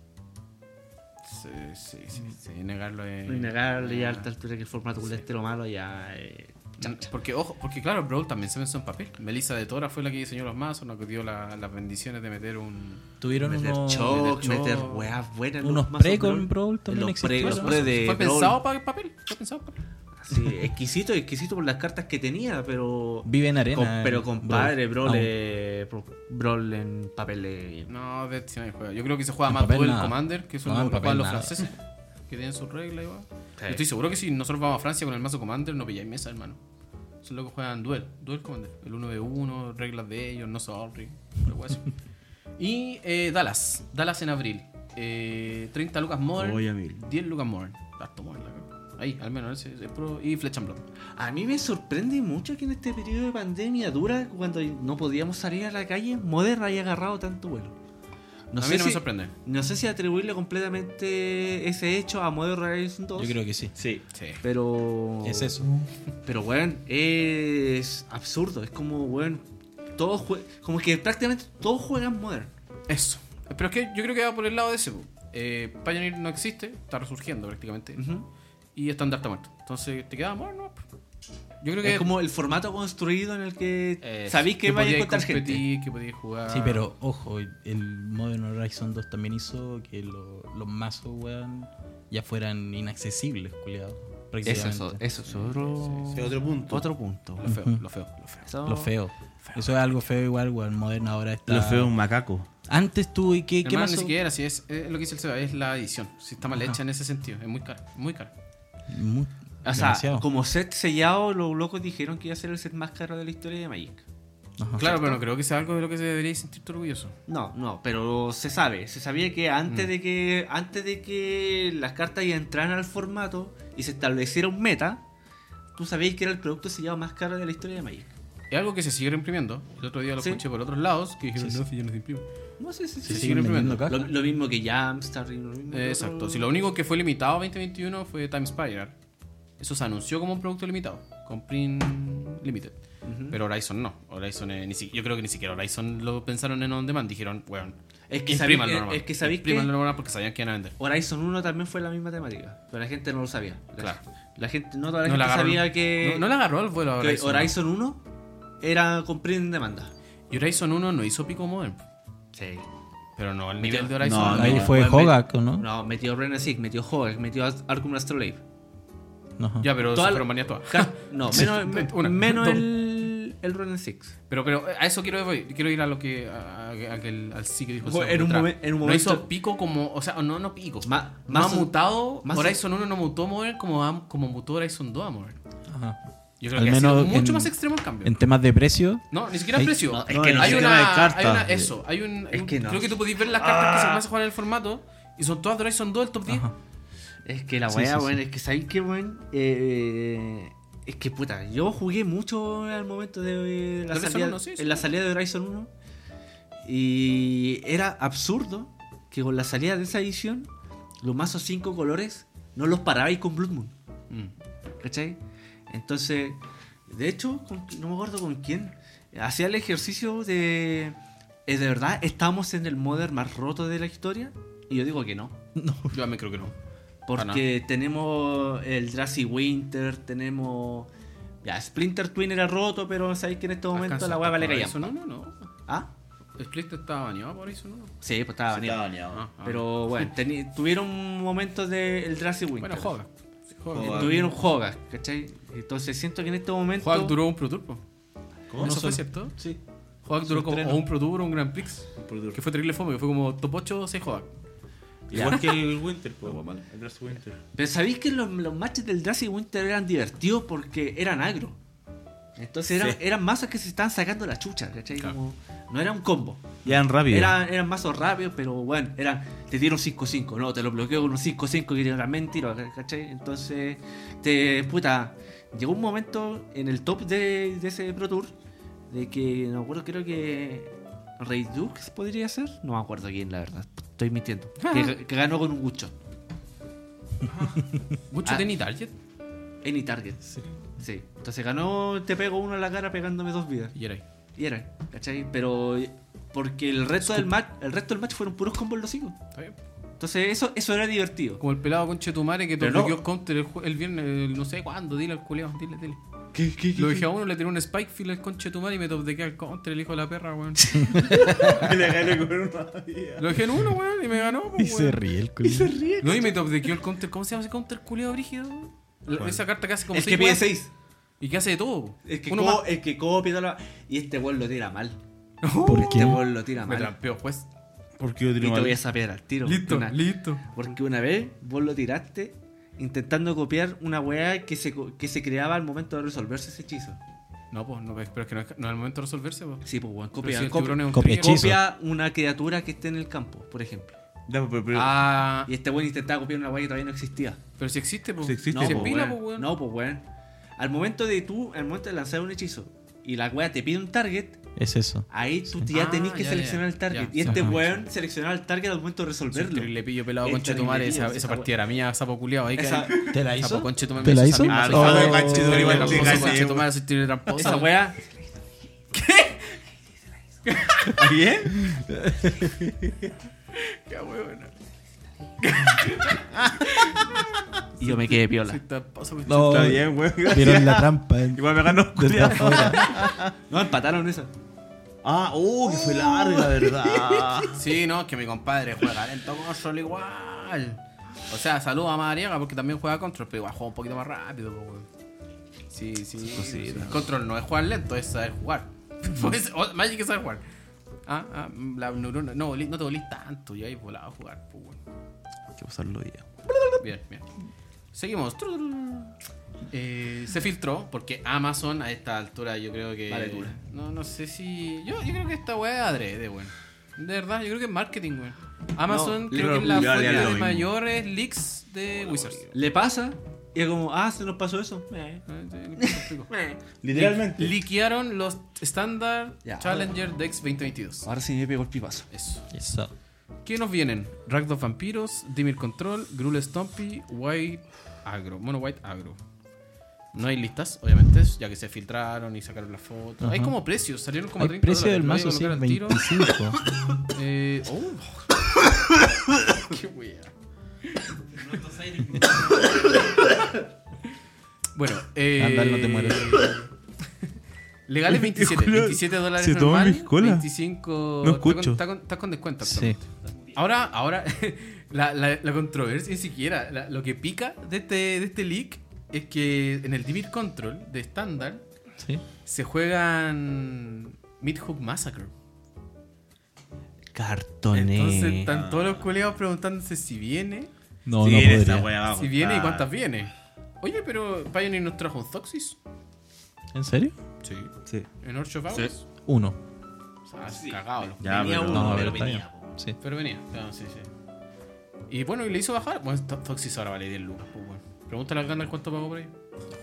Sí, negarlo es... No hay negarle ya a esta altura que el formato culestero malo ya chancha. Porque, ojo, porque claro, Brawl también se pensó en papel. Melissa de Tora fue la que diseñó los mazos, la que dio las bendiciones de meter un... Tuvieron Meter unos, choc, meter meter choc. weas buenas. en unos los mazos pre con Brawl también Los pre existieron. de Fue Brawl. pensado para papel. Fue pensado para papel. Sí, exquisito por las cartas que tenía, pero... Vive en arena. pero en compadre, Brawl. Brawl en papel No, de si no hay juego. Yo creo que se juega En más papel Duel nada. Commander, que son No, en los que papel juegan los nada. franceses. Que tienen sus reglas igual. Sí. Yo estoy seguro que si nosotros vamos a Francia con el mazo Commander, no pilláis mesa, hermano. Son los que juegan Duel Commander. El 1v1, reglas de ellos, no sorry. algo así. Y Dallas en abril. 30 lucas Modern, Oye, Emil. 10 lucas Modern. Gasto Modern, la cago. Ahí, al menos, ese es pro. Y Flecha en Blood. A mí me sorprende mucho que en este periodo de pandemia dura, cuando no podíamos salir a la calle, Modern haya agarrado tanto vuelo. A mí no me sorprende. No sé si atribuirle completamente ese hecho a Modern Horizon 2. Yo creo que sí. Sí. Sí. Pero... Es eso. Pero, weón, es absurdo. Es como, weón, como que prácticamente todos juegan Modern. Eso. Pero es que yo creo que va por el lado de ese. Pioneer no existe, está resurgiendo prácticamente. Y Standard está muerto. Entonces te queda Modern, ¿no? Yo creo que Es como el formato construido en el que Eso, sabéis que vais a podíais encontrar gente. competir, que podíais jugar. Sí, pero ojo, el Modern Horizon 2 también hizo que los mazos, weón, ya fueran inaccesibles, culiado. Eso es otro... Ese es otro punto. Otro punto. Lo feo. Eso- Lo feo. Eso es algo feo igual, weón. Modern ahora está... Lo feo es un macaco. Antes tú, ¿y qué Hermano, pasó? ni siquiera, si es lo que dice el Seba, es la edición. Si está mal hecha en ese sentido, es muy cara, muy cara. Mu- O sea, Demasiado. como set sellado, los locos dijeron que iba a ser el set más caro de la historia de Magic. Ajá. Claro, pero no creo que sea algo de lo que se debería sentirte orgulloso. No, pero se sabía que antes de que las cartas ya entraran al formato y se estableciera un meta, tú sabías que era el producto sellado más caro de la historia de Magic. Es algo que se sigue imprimiendo. El otro día lo Sí. escuché por otros lados que dijeron, Sí, no, si yo no se imprimo. No sé si Se Sí, siguen vendiendo cajas. lo mismo que Jamstar. Lo mismo que Exacto. otro- Si lo único que fue limitado a 2021 fue Time Spiral. Eso se anunció como un producto limitado, con print limited. Ujú. Pero Horizon no. Horizon yo creo que ni siquiera Horizon lo pensaron en on demand. Dijeron, bueno, Es que imprímanlo sabéis nomás. es que sabéis que Imprímanlo nomás porque sabían que iban a vender. Horizon 1 también fue la misma temática, pero la gente no lo sabía. Claro. La gente, no toda la No gente le agarró- sabía que, No le agarró el vuelo a que Horizon. Horizon 1 era con print en demanda. Y Horizon 1 no hizo pico modern. Sí. Pero no al Metió- nivel de Horizon. no, Ahí no, fue pues, Hogak, ¿o no? No, metió Renasig, metió Hogak, metió Arkham Astrolabe. Ajá. Ya, pero Toda se la- fueron manías todas. No, Sí, una, menos dos. el Ronin 6. Pero a eso quiero ir a lo que al sí que dijo Seba En un atrás. en un No momento hizo pico como, o sea, no pico. Ma- No ha más- mutado, más- Horizon 1 no mutó Modern como mutó Horizon 2 a Modern. Ajá. Yo creo Al que ha menos sido mucho en- más extremo el cambio. En temas de precio, No, ni siquiera Hay- el precio. no, es No, que no el hay sé. sistema de una, cartas. Es que no. Creo que tú podés ver las cartas que se van a jugar en el formato y son todas de Horizon 2 del top 10. ajá. Es que la Sí, weá, sí, weón, sí. es que sabéis que, weón, es que puta, yo jugué mucho al momento de la Horizon salida, 1, sí, sí. en la salida de Horizon 1 y era absurdo que con la salida de esa edición los mazos 5 colores no los parabais con Blood Moon, Mm. ¿cachai? Entonces, de hecho, no me acuerdo con quién, hacía el ejercicio de verdad estamos en el Modern más roto de la historia y yo digo que no. Yo me creo que no. Porque tenemos el Drazi Winter, tenemos. Ya, Splinter Twin era roto, pero sabéis que en este momento la weá vale callar. Horizon 1 no. ¿Ah? Splinter estaba baneado por Horizon 1. Sí, pues estaba baneado. Ah, Pero bueno, tuvieron momentos del Drazi Winter. bueno, Hoga. Hoga. Tuvieron Hogas, ¿cachai? Entonces siento que en este momento. Hoga duró un Pro Tour, po. ¿Cómo? Eso No fue solo- cierto. Sí. Hoga duró como estreno. o un Pro Tour o un Grand Prix. Que fue terrible fome, que fue como top 8 o 6 Hoga. Igual que el Winter, pues. El Draft Winter. Pero sabéis que los matches del Drazi Winter eran divertidos porque eran agro. Entonces Sí. eran mazos que se estaban sacando la chucha, ¿cachai? Claro. Como, no era un combo. Ya en rápido. Eran mazos rápidos, pero bueno, te tiro un 5-5, no, te lo bloqueo con un 5-5 que era mentira, ¿cachai? Entonces, llegó un momento en el top de ese Pro Tour de que, no me acuerdo, creo que Rey Dukes podría ser, no me acuerdo quién, la verdad, estoy mintiendo, que ganó con un Gucho, Mucho Ah. Tenny Target. Any Target. Sí, entonces ganó, te pego uno en la cara pegándome 2 vidas. Y era ahí. Y era, ¿cachai? Pero porque el resto del match fueron puros combos los 5. Está bien. Entonces eso era divertido. Como el pelado con Chetumare que te Pero no. bloqueó counter el viernes, no sé cuándo, dile al culeado, dile. ¿Qué? Lo dije a uno, le tiré un spike fill al conche tu madre y me topdequé al counter, el hijo de la perra, weón. Le gané con una Lo dejé en uno, weón, y me ganó, Y pues, se weón. ríe el culo. No, y me topdequeó el counter. ¿Cómo se llama ese counter culiado brígido? Esa carta que hace como Es que seis pide weas 6. y que hace de todo. Es que, Uno más. el que copia toda la... Y este weón lo tira mal. ¿Por Este qué? weón lo tira Me mal. trampeó, pues. Porque yo Y tiro te mal. voy a sapear al tiro. Listo, Una- listo. Porque una vez vos lo tiraste intentando copiar una weá que se creaba al momento de resolverse ese hechizo. No, pues, no, pero es que no es el momento de resolverse, pues. Sí, pues weón, Pero copia, si el copia, tiburón es un copia trigger. hechizo. copia una criatura que esté en el campo, por ejemplo. Ya, pero- Ah, Y este weón intentaba copiar una weá que todavía no existía. pero si existe, pues. Si existe, Se pues, empila, weón. pues, weón. No, pues weón. Al momento de lanzar un hechizo y la weá te pide un target, Es eso. ahí tú ya Ah, tenés que ya, seleccionar ya, el target. ya, Y este ajá. weón seleccionaba el target al momento de resolverlo. Le pillo pelado Es conche tu madre, terrible, esa esa partida era mía, sapo culiado. Ahí Esa, ¿Te la Sapo hizo? conche tu madre. ¿Te la esa hizo? misma, Ah, esa no, misma, conche tu esa madre, misma, igual te tramposo, cae, conche tu madre, soy tigre tramposo. esa weá. ¿A quién? Qué weón. Y yo me quedé piola. Soy tramposo, conche No. Está bien, weón. Vieron la trampa. Igual me ganó. Desde culiao. afuera. No, empataron esa. Ah, que fue larga, ¿verdad? Sí, no, es que mi compadre juega lento control igual. O sea, saluda a Madariaga porque también juega control, pero igual juega un poquito más rápido, po, weón. Sí. Control no es jugar lento, es saber jugar. Pues, Magic es saber jugar. La neurona. No, no te volís tanto, ya hay volado a jugar, pues, weón. Hay que usarlo ya. Bien. Seguimos. Se filtró, porque Amazon a esta altura yo creo que... Vale, dura. No sé si... Yo creo que esta weá es adrede, weón. De verdad, yo creo que es marketing, weón. Amazon No, creo que es la yo haría fuente lo de mismo. mayores leaks de Wizards. Le pasa y es como, se nos pasó eso. Literalmente. Liquearon los Standard Ya, Challenger Decks 2022. Ahora sí me pegó el pipazo. Eso. Eso. ¿Qué nos vienen? Ragdoll Vampiros, Dimir Control, Gruul Stompy, White Agro. Mono White Agro. No hay listas, obviamente, ya que se filtraron y sacaron las fotos. Ajá. Hay como precios, salieron como Hay 30 precio del dólares. mazo, Lo voy a sí, colocar al tiro. 25. Qué wea. Bueno, Andal, no te mueres. Legales 27, Julio, 27 dólares se toma normal, mis colas. 25... No escucho. Está con descuento. Sí. actualmente. Ahora la controversia, ni siquiera, lo que pica de este leak es que en el Dimir Control de estándar Sí. se juegan Midhook Massacre. Cartoné. Entonces están todos los culeados preguntándose si viene, No, Sí, no esa podría. wea va a si viene y costar. cuántas viene. Oye, pero Pioneer nos trajo un Zoxis. ¿En serio? Sí. Sí. En Orch of Hours. Uno. O sea, cagado. los Ya, Venía pero... uno, No, pero pero está venía. Sí. Pero venía, claro, sí. Y bueno, y le hizo bajar. Bueno, Toxis ahora vale 10 lucas, pues bueno. Pregúntale al Gandalf cuánto pagó por ahí.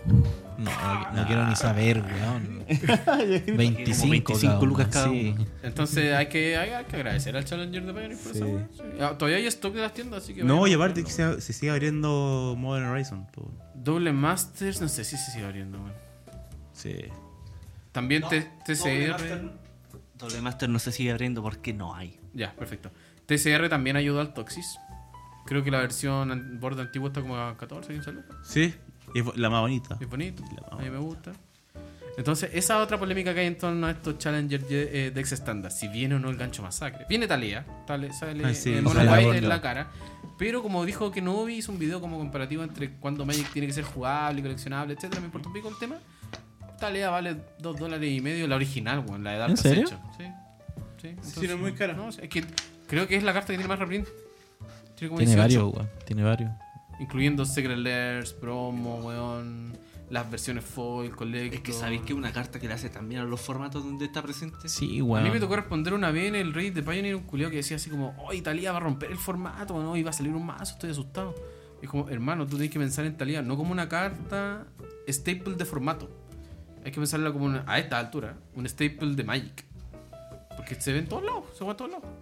No quiero ni saber, weón. 25, Como 25 lucas cada sí. Entonces hay que agradecer al Challenger de Pioneer por esa wea, sí. Todavía hay stock de las tiendas, así que... No, vayan y a aparte que comprarlo. se sigue abriendo Modern Horizon. po. Doble Masters, no sé si se sigue abriendo, weón. Sí. También TCR... Doble Master no se sigue abriendo porque no hay. Ya, perfecto. TCR también ayudó al Toxis. Creo que la versión borde antigua está como a 14, 15 lucas. Sí, y es la más bonita. Es bonito, La a mí me gusta. Entonces, esa otra polémica que hay en torno a estos Challenger Dex estándar. Si viene o no el gancho masacre. Viene Talía, sale Ah, sí, Mono sale White Bordo. en la cara. Pero como dijo que Novi hizo un video como comparativo entre cuando Magic tiene que ser jugable y coleccionable, etcétera, me importa un pico el tema. Talía vale $2.50, la original, weón, la de Dark ¿En serio? Ascension. Sí. Entonces, Sí, no es muy cara. No, es que creo que es la carta que tiene más reprint. Tiene como Tiene 18. varios, weón. Tiene varios. Incluyendo Secret Lairs, promo, weón. Las versiones foil, collector. Es que sabéis que es una carta que le hace también a los formatos donde está presente. Sí, A weón. mí me tocó responder una vez en el Raid de Pioneer un culiao que decía así como, oh, Talía va a romper el formato, ¿no? Y va a salir un mazo, estoy asustado. Y es como, hermano, tú tienes que pensar en Talía no como una carta staple de formato. Hay que pensarla como a esta altura, un staple de Magic. Porque se ve en todos lados, se juega en todos lados.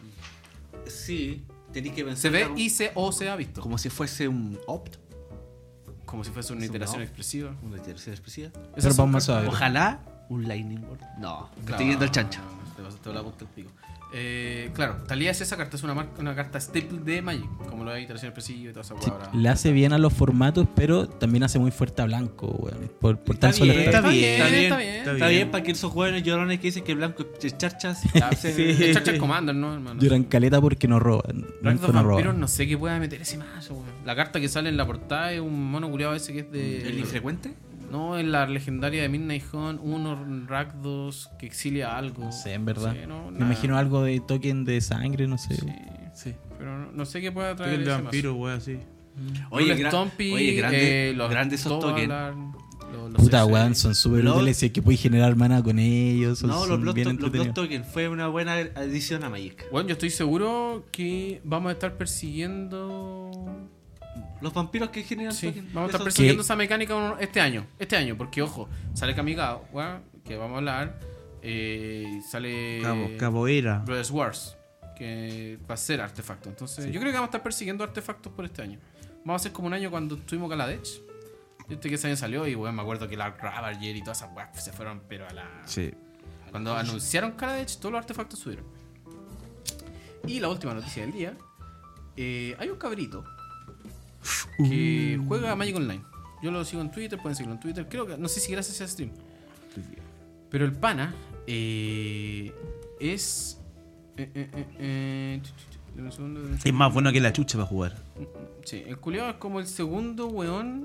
Sí, tenéis que pensar. Se ve y se ha visto. como si fuese un opt, Como si fuese una Es un iteración no. expresiva. una iteración expresiva. Esas Pero son vamos a cartas- ver. Ojalá un lightning board. No, me Claro, estoy yendo al chancho. Te la punta el pico. Claro, Talía es esa carta, es una carta staple de Magic, como lo hay iteración expresiva y toda esa Sí, hueá ahora. le hace bien a los formatos, pero también hace muy fuerte a blanco, weón. Por tan solo bien, estar- está bien, está bien. Está bien para que esos jóvenes llorones que dicen que el blanco es charchas. Ya, el Charger Commander, ¿no, hermano? Lloran caleta porque no roban. Ragdoll Blanco no Vampiros roban. no sé qué pueda meter ese mazo, weón. La carta que sale en la portada es un mono culiado ese que es de... ¿El infrecuente? No, es la legendaria de Midnight Hunt, uno Rakdos que exilia algo. No sé, en verdad. Sí, no, Me nada. imagino algo de token de sangre, no sé. Sí, pero no sé qué pueda traer El de ese vampiro, wey, así. mazo. Oye, Oye, Stompy, los grandes esos tokens. Los Puta, CC. weón, son súper Los- útiles y es que puedes generar mana con ellos. Son, No, los son Blood bien los Blood entretenidos. Token fue una buena adición a Magic. Bueno, yo estoy seguro que vamos a estar persiguiendo... Los vampiros que generan Sí, token. vamos a estar Esos- persiguiendo esa mecánica este año, porque ojo, sale Kamigawa, que vamos a hablar, sale Caboeira. Brothers Wars, que va a ser artefacto. Entonces, yo creo que vamos a estar persiguiendo artefactos por este año. Vamos a hacer como un año cuando tuvimos Kaladesh. Este que ese año salió y bueno, me acuerdo que la Ravager y todas esas weas se fueron, pero a la. Sí. Cuando anunciaron Kaladesh, todos los artefactos subieron. Y la última noticia del día: hay un cabrito que juega Magic Online. Yo lo sigo en Twitter, pueden seguirlo en Twitter. Creo que, no sé si gracias a ese stream. Pero el pana es. Dame un segundo. Es más bueno que la chucha para jugar. Sí, el culiao es como el segundo weón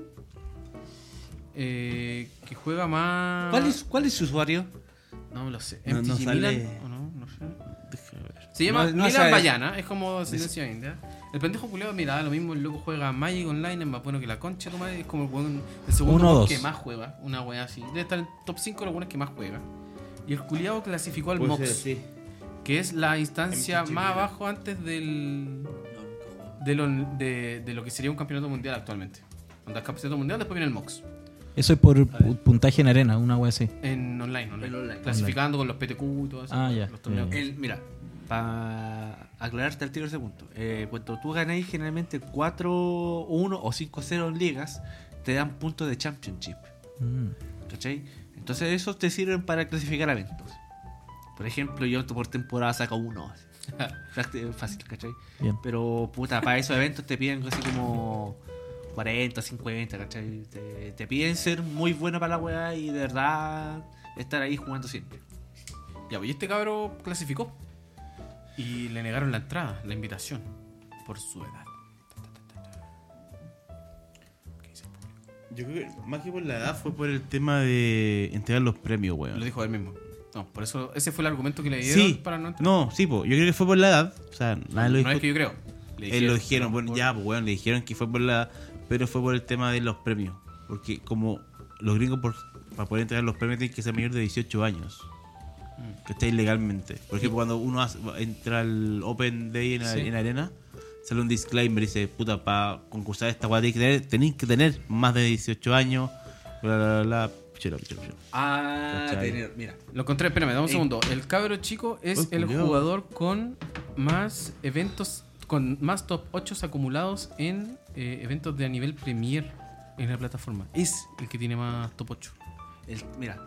que juega más. ¿Cuál es su usuario? No me lo sé. No MTG sale. Milan, ¿o no? No sé. Déjame ver. Se llama No Milan sabes. Bayana, es como descendencia india. El pendejo culiado, mira, lo mismo, el loco juega Magic Online, es más bueno que la concha, tu madre, es como el segundo Uno o juego dos. que más juega, una wea así. Debe estar en el top 5 de los buenos que más juega. Y el culiado clasificó al Puede MOX, ser, sí. que es la instancia MTG, más mira. abajo antes del de lo que sería un campeonato mundial actualmente. Cuando es campeonato mundial, después viene el MOX. Eso es por puntaje en arena, una wea así. En online. En online. Clasificando con los PTQ y todo eso. Ah, ya. Los torneos. Mira, para aclararte al tiro ese punto, cuando tú ganáis generalmente 4-1 o 5-0 en ligas, te dan puntos de championship. ¿Cachai? Entonces esos te sirven para clasificar eventos. Por ejemplo, yo por temporada saco uno. Fácil, ¿cachai? Bien. Pero puta, para esos eventos te piden así como 40, 50, ¿cachai? Te piden ser muy bueno para la weá y de verdad estar ahí jugando siempre. Ya, pues y este cabro clasificó. Y le negaron la entrada, la invitación, por su edad. ¿Qué dice el público? Yo creo que más que por la edad fue por el tema de entregar los premios, weón. Lo dijo él mismo. No, por eso ese fue el argumento que le dieron Sí, para no entrar. no, sí, po. Yo creo que fue por la edad. O sea, nadie lo No dijo. es que yo creo. Lo dijeron, bueno, ya, pues bueno, le dijeron que fue por la edad, pero fue por el tema de los premios. Porque como los gringos para poder entregar los premios tienen que ser mayor de 18 años. Que esté ilegalmente. Por ejemplo, cuando uno entra al Open Day en arena, sale un disclaimer y dice, puta, para concursar esta guay tenéis que tener más de 18 años, bla, bla, bla, pichero. ¿Cachai? Mira. Lo encontré, espérame, dame un segundo. El cabro chico es Uy, el culiao. jugador con más eventos, con más top 8 acumulados en eventos de a nivel Premier en la plataforma. Es el que tiene más top 8. Mira,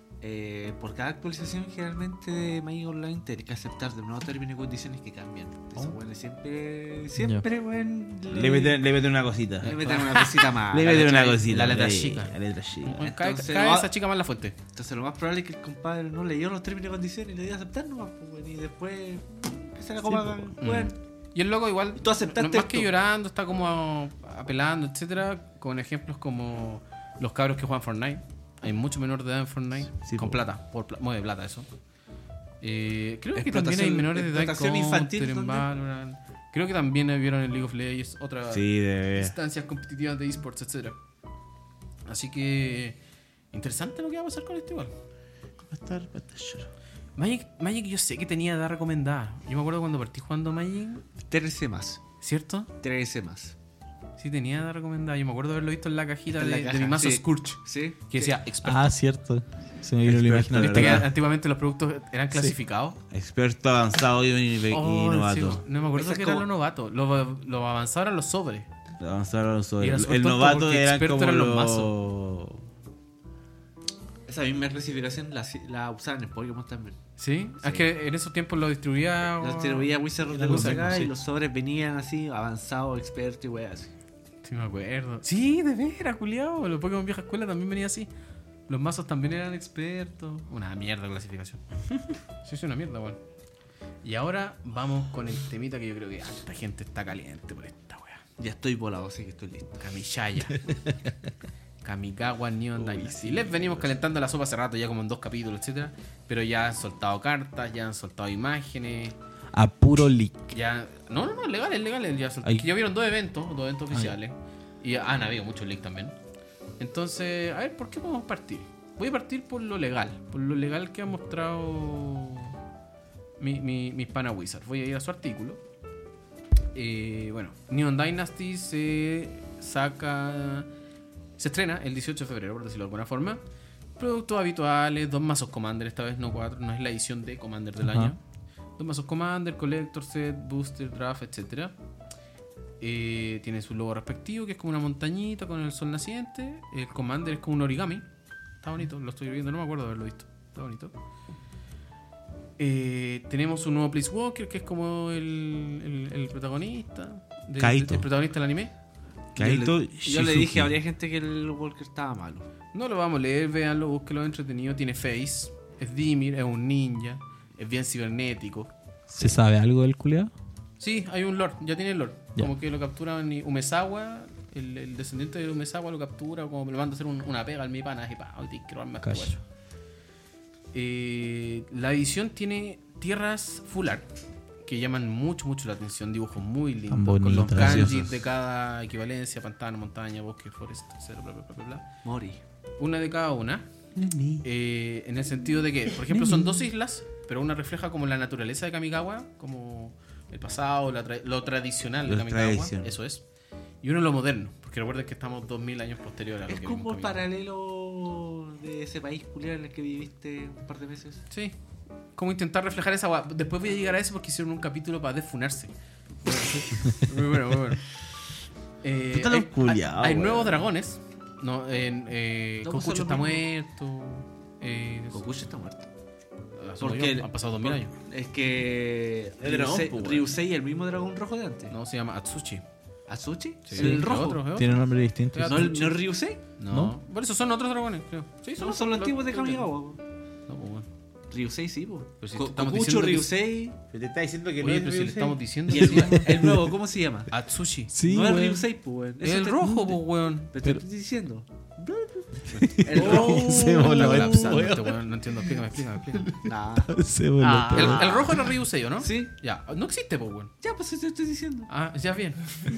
por cada actualización generalmente de Magic Online tienes que aceptar de nuevos términos y condiciones que cambian. Eso, bueno, siempre, bueno, Le meten una cosita. le meten una cosita más. Le meten una ¿cachai? cosita. La letra ahí, chica. La letra chica. Bueno, cae Entonces, esa chica más en la fuente. Entonces lo más probable es que el compadre no leyó los términos y condiciones y le dio a aceptar nomás, pues, bueno, y después que se la coma, bueno. Y el loco igual, Tú aceptaste más que esto. llorando, está como apelando, etcétera, con ejemplos como los cabros que juegan Fortnite. Hay mucho menor de edad en Fortnite, Sí, con po. plata, mueve plata eso. Creo que Explotación- también hay menores de edad en explotación infantil Counter, en también. Valorant. Creo que también vieron en League of Legends otras Sí, de instancias competitivas de esports, etcétera. Así que interesante lo que va a pasar con este igual. Va a estar choro. Magic yo sé que tenía edad recomendada. Yo me acuerdo cuando partí jugando Magic, 13 más. ¿cierto? 13 más. Sí, tenía edad recomendada. Yo me acuerdo haberlo visto en la cajita Está en la de caja, mi mazo sí. Scourge, Sí. que decía experto. Ah, cierto. Se me vino la Experto, imagen. ¿Viste que ¿verdad? antiguamente los productos eran clasificados? Experto, avanzado y Oh, novato. sí, no me acuerdo Esa que es eran como- los novatos. Los avanzados eran los sobres. Avanzaron sobre. Y era súper El tonto novato porque eran experto como eran los los. Esa misma clasificación la usaban en Pokémon también. ¿Sí? Es que en esos tiempos lo distribuía. Los distribuía Wizard Era de Wizard, acá sí. y los sobres venían así, avanzados, expertos y weas así. Sí, me acuerdo. Sí, de veras, culiao. Los Pokémon vieja escuela también venía así. Los mazos también eran expertos. Una mierda de clasificación. Sí, es una mierda, weón. Y ahora vamos con el temita que yo creo que esta gente está caliente por esta weá. Ya estoy volado, así que estoy listo. Kamishaya. Kamikawa Neon Dynasty. Les venimos calentando la sopa hace rato, ya como en 2 capítulos, etcétera. Pero ya han soltado cartas, ya han soltado imágenes. A puro leak. Ya. No, legales. Ya Ahí. que ya vieron dos eventos oficiales. Y han habido muchos leaks también. Entonces, a ver, ¿por qué podemos partir? Voy a partir por lo legal. Por lo legal que ha mostrado mi pana Wizard. Voy a ir a su artículo. Bueno, Neon Dynasty se estrena el 18 de febrero, por decirlo de alguna forma. Productos habituales, 2 mazos Commander, esta vez no 4, no es la edición de Commander del Ajá. año. 2 mazos Commander, Collector Set, Booster, Draft, etc. Tiene su logo respectivo, que es como una montañita con el sol naciente. El Commander es como un origami. Está bonito, lo estoy viendo, no me acuerdo de haberlo visto. Está bonito. Tenemos un nuevo Place Walker, que es como el protagonista. Kaito. El protagonista del anime. Kaito Yo le dije, habría gente que el Walker estaba malo. No lo vamos a leer, véanlo, búsquenlo, entretenido. Tiene face, es Dimir, es un ninja, es bien cibernético. ¿Se sabe algo del culiado? Sí, hay un lord, ya tiene el lord. Ya. Como que lo capturan y Umezawa, el descendiente de Umezawa lo captura, como me lo manda a hacer una pega al mi pana, y pa, tienes que robarme a este Cash. guacho. La edición tiene tierras full art, que llaman mucho la atención, dibujos muy lindos, Tan con los bonitos, kanjis preciosos. de cada equivalencia, pantano, montaña, bosque, forest, etcétera, bla, bla, bla, bla, bla. Mori. Una de cada una. En el sentido de que, por ejemplo, son 2 islas, pero una refleja como la naturaleza de Kamigawa, como el pasado, lo tradicional de Lo Kamigawa, tradicional. eso es. Y uno lo moderno, porque recuerden que estamos 2000 años posterior a lo Es que como vimos el en Kamigawa. paralelo de ese país culiado en el que viviste un par de meses. Sí, como intentar reflejar esa agua. Después voy a llegar a eso porque hicieron un capítulo para desfunarse. Muy bueno, muy bueno. Puta los culiados, hay weón. nuevos dragones. No, No, pues Kokucho son está los muerto. Gokushi está muerto. Porque han pasado 2000 años. Es que El dragón, pues, weón. Ryusei es el mismo dragón rojo de antes. No, se llama Atsushi. ¿Atsushi? Sí, ¿El es rojo? otro, es otro. Tiene un nombre distinto. Claro. ¿No, ¿No es Ryusei? No. Por eso son otros dragones, creo. Sí, No, son los antiguos de Kamigawa. No, pues bueno. Ryusei sí, po. Pero si te estamos Kokucho, diciendo que- Ryusei Pero te está diciendo que Oye, es pero si le Ryusei. estamos diciendo y que el, se llama el nuevo, ¿cómo se llama? Atsushi. Sí, no es weón. Ryusei, pues, weón. Es Eso el te- rojo, pues, weón. Pero te estoy diciendo. El Oh, rojo. se Está voló, colapsando weón. este weón. No entiendo. Explícame. Nah. Se voló. Ah. todo. El rojo era Ryusei, ¿o no? Sí. Ya, no existe, pues, weón. Ya, pues eso te estoy diciendo. Ah, ya bien.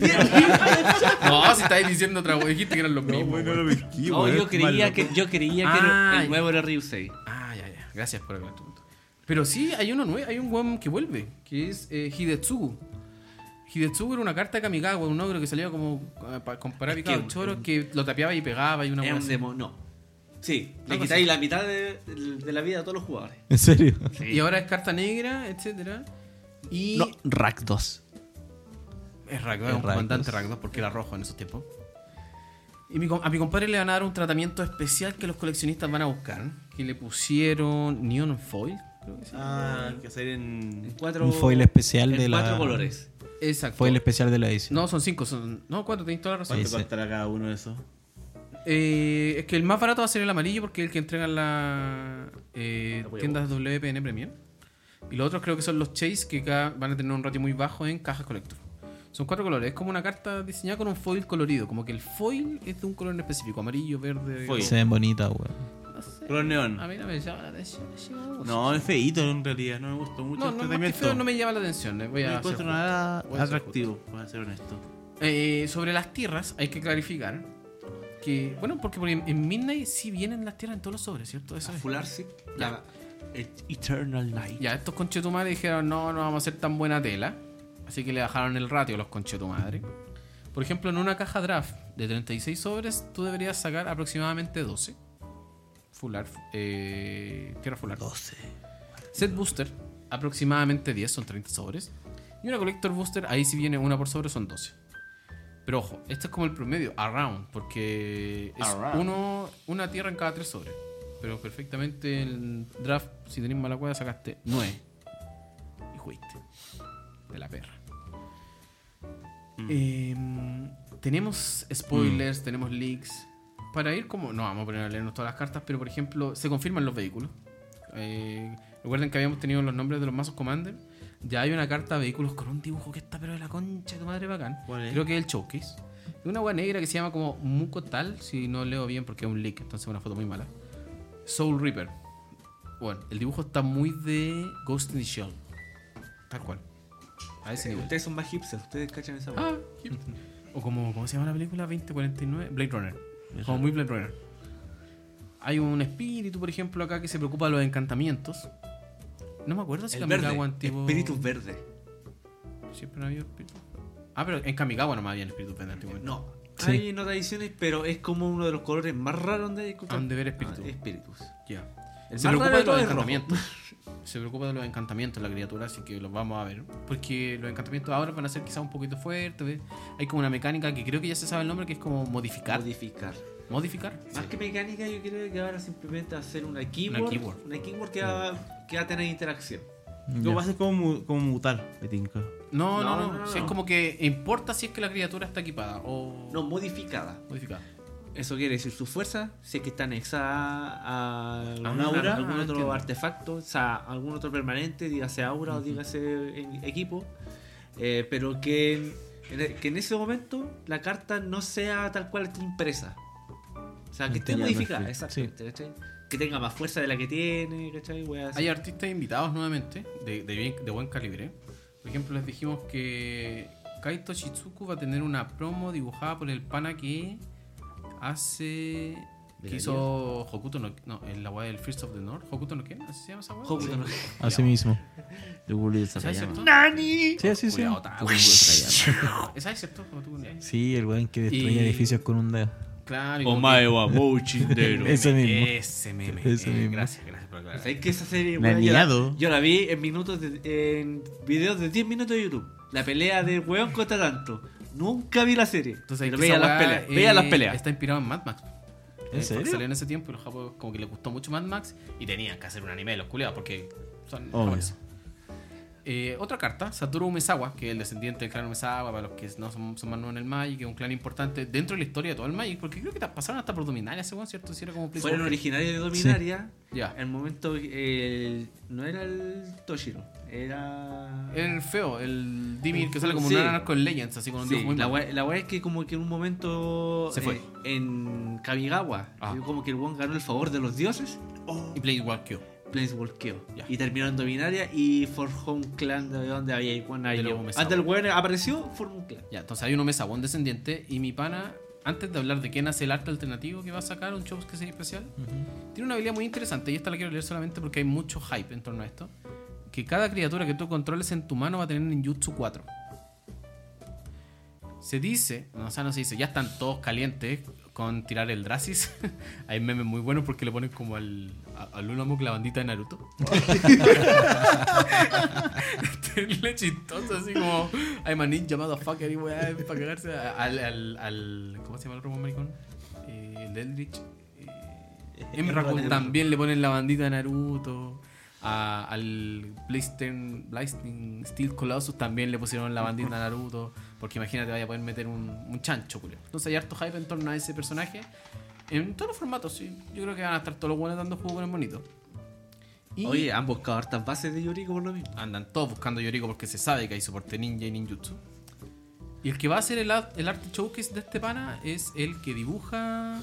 No, si estáis diciendo otra cosa, dijiste que eran los mismos. Bueno, weón. lo pesqué, No, weón, yo creía malo. que Ah, el nuevo era Ryusei. Ah, ya. Gracias por aclarar tu punto. Pero sí, hay uno nuevo, hay un weón que vuelve, que es Hidetsugu. Hidetsugu era una carta de Kamigawa, un ogro que salía como para comparar Es picado que- choro, que lo tapeaba y pegaba y una Era weá un así. demonio. No. Sí, le Algo quitáis así. la mitad de la vida a todos los jugadores. ¿En serio? Y ahora es carta negra, etcétera. Y No, Rack 2. es Rakdos, Es un comandante Rakdos. Rakdos, porque era rojo en esos tiempos. Y a mi compadre le van a dar un tratamiento especial que los coleccionistas van a buscar, que le pusieron Neon Foil, creo que sí. Ah, que salir En en. cuatro, Un foil especial en de la. 4 colores. Exacto. Foil especial de la edición. No, son 5, no, 4, tenés toda la razón. ¿Cuánto Ese. costará cada uno de esos? Es que el más barato va a ser el amarillo porque es el que entregan las tiendas WPN Premier. Y los otros creo que son los Chase que van a tener un ratio muy bajo en cajas Collector. Son 4 colores, es como una carta diseñada con un foil colorido. Como que el foil es de un color en específico, amarillo, verde. Foil. Se ven bonitas, weón. No sé. Color neón. A mí no me llama la atención. No, es feíto en realidad. No me gustó mucho no, el más que tratamiento. feo no me llama la atención. Voy No a ser encuentro justo. nada Voy a ser atractivo, para ser honesto. Sobre las tierras hay que clarificar que, bueno, porque en Midnight sí vienen las tierras en todos los sobres, ¿cierto? Eso La es. Full Arcy. Ya. La Eternal Night. Ya, estos conchetumadres dijeron, no vamos a hacer tan buena tela. Así que le bajaron el ratio a los conchetumadres. Por ejemplo, en una caja draft de 36 sobres, tú deberías sacar aproximadamente 12. Full art. Tierra full art. 12. Set booster, aproximadamente 10, son 30 sobres. Y una collector booster, ahí si viene una por sobre, son 12. Pero ojo, este es como el promedio, around, porque es una tierra en cada 3 sobres. Pero perfectamente el draft, si tenés mala cueva, sacaste 9. Y jugaste. De la perra. Tenemos spoilers, tenemos leaks. Para ir como... No vamos a poner a leernos todas las cartas, pero por ejemplo, se confirman los vehículos. Recuerden que habíamos tenido los nombres de los mazos Commander. Ya hay una carta de vehículos con un dibujo que está pero de la concha de tu madre bacán. ¿Cuál es? Creo que es el showcase. Es una agua negra que se llama como Muko Tal, si no leo bien porque es un leak, entonces es una foto muy mala. Soul Reaper. Bueno, el dibujo está muy de Ghost in the Shell. Tal cual. A ese nivel. Ustedes son más hipsters, ustedes cachan esa Ah, o como, ¿cómo se llama la película? 2049. Blade Runner. Como muy Blade Runner. Hay un espíritu, por ejemplo, acá que se preocupa de los encantamientos. No me acuerdo si El Kamigawa verde. antiguo. Espíritus verdes. Siempre no había espíritus. Ah, pero en Kamigawa no me había espíritus verdes antiguamente. No. Sí. Hay no tradiciones, pero es como uno de los colores más raros donde hay que encontrar. Donde ver espíritus. Espíritus. Ya. El Se más preocupa raro de de todo los es rojo. encantamientos. Se preocupa de los encantamientos la criatura, así que los vamos a ver. Porque los encantamientos ahora van a ser quizás un poquito fuertes. ¿Ves? Hay como una mecánica que creo que ya se sabe el nombre, que es como modificar. Modificar. ¿Modificar? Más que mecánica, yo creo que ahora simplemente hacer una keyword. Una keyword que va a tener interacción. Lo va a ser como mutar, me tinca. No. No. Si es como que importa si es que la criatura está equipada o No, modificada. modificada. Eso quiere decir su fuerza, si es que está anexada a algún Ah, aura, algún otro entiendo. artefacto, o sea, algún otro permanente, dígase aura o dígase en equipo, pero que en ese momento la carta no sea tal cual esté impresa. O sea, que esté Entiendo, modificada, sí. exactamente, ¿cachai? Que tenga más fuerza de la que tiene, ¿cachai? Weas así. Hay artistas invitados nuevamente, de buen calibre. Por ejemplo, les dijimos que Kaito Shizuku va a tener una promo dibujada por el pana que hace... Que hizo Hokuto no... No, en la weá del First of the North. Hokuto no Ken, ¿así se llama esa weá? Hokuto no- Así mismo. De Google de ¿Sabes Sakayama. cierto? ¡Nani! Sí, sí, sí. Culeado, otaku. Google de Sakayama. ¿Esa es cierto? Como tú, Sí, el weón que destruye Y- edificios con un dedo. Claro. y Omae como wa Mouchindero. Ese mismo. Ese meme. Ese mismo. Gracias por aclarar. ¿Sabes que esa serie, Me weón, han liado. yo la vi en en videos de 10 minutos de YouTube. La pelea de weón contra tanto. Nunca vi la serie. Entonces, pero que esa veía las weá, peleas. Veía las peleas. Está inspirado en Mad Max. ¿En serio? Salió en ese tiempo y los japoneses como que les gustó mucho Mad Max y tenían que hacer un anime de los culiados porque son Obvio. japoneses. Otra carta, Satoru Umezawa, que es el descendiente del clan Umezawa, para los que no son más nuevos en el Magic, que es un clan importante dentro de la historia de todo el Magic, porque creo que pasaron hasta por Dominaria, según cierto, si era como Fueron Planeswalker. originarios de Dominaria. Ya. El momento. No era el Toshiro. Era. El feo, el Dimir que sale como Sí. un anarco en Legends, así con un Sí, dibujo muy la malo. wea es que como que en un momento Se fue. en Kamigawa, Ah. como que el one ganó el favor de los dioses, Y Planeswalker. Planeswalkeo. Ya. Y terminó en Dominaria y forjó un clan de donde había igual De los Umezawa. antes el weón apareció, formó un clan. Ya, entonces hay un Umezawa, un descendiente, y mi pana, antes de hablar de quién hace el arte alternativo que va a sacar, un show que sería especial, tiene una habilidad muy interesante, y esta la quiero leer solamente porque hay mucho hype en torno a esto, que cada criatura que tú controles en tu mano va a tener ninjutsu 4. Se dice, o sea, no se dice, ya están todos calientes con tirar el Dracis. Hay memes muy buenos porque le ponen como al Unamuk la bandita de Naruto. Terrible chistoso, así como I'm a ninja motherfucker y weá, para cagarse al ¿cómo se llama el otro maricón? El Eldritch. Emrakul también le ponen la bandita de Naruto. Al Blasting Steel Colossus también le pusieron la bandita de Naruto. Porque imagínate, vaya a poder meter un chancho, culio. Entonces hay harto hype en torno a ese personaje. En todos los formatos, sí. Yo creo que van a estar todos los buenos dando juego con el bonito. Y Oye, han buscado hartas bases de Yoriko por lo mismo. andan todos buscando Yoriko porque se sabe que hay soporte ninja y ninjutsu. Y el que va a hacer el arte showcase de este pana es el que dibuja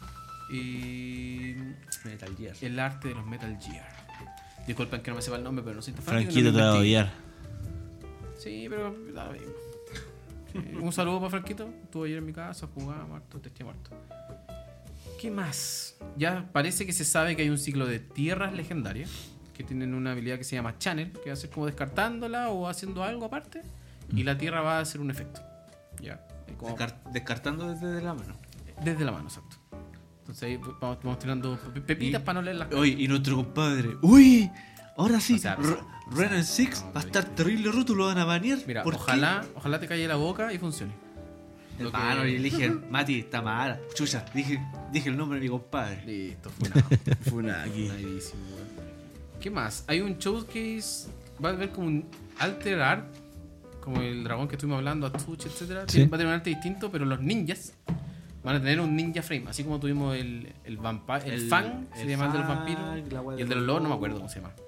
Metal Gear. el arte de los Metal Gear. Disculpen que no me sepa el nombre, pero no soy tan fanático, Franquito no te lo va a investigué. odiar. Sí, pero da lo mismo. Sí, un saludo para Franquito. Estuvo ayer en mi casa, jugaba, muerto, te estoy muerto. ¿Qué más? Ya parece que se sabe que hay un ciclo de tierras legendarias que tienen una habilidad que se llama Channel, que va a ser como descartándola o haciendo algo aparte, y la tierra va a hacer un efecto. Ya. Como Descartando desde la mano. desde la mano, exacto. Entonces ahí vamos tirando pepitas para no leer las Oye, y nuestro compadre. ¡Uy! Ahora sí, O sea, Renan Six va a estar terrible roto, lo van a banear. Mira, ¿Por ojalá te calle la boca y funcione. qué? Lo que- Hermano, y le dije, Mati, está mala. Chucha, dije el nombre de mi compadre. Listo, Fue una aquí. Funadísimo, weón. ¿Qué más? Hay un showcase. Va a haber como un alter art. Como el dragón que estuvimos hablando, Atsuchi, etcétera. Sí. Va a tener un arte distinto, pero los ninjas van a tener un ninja frame. Así como tuvimos el Fang, se llama el de los vampiros. Y el de los lobos, no me acuerdo cómo se llama.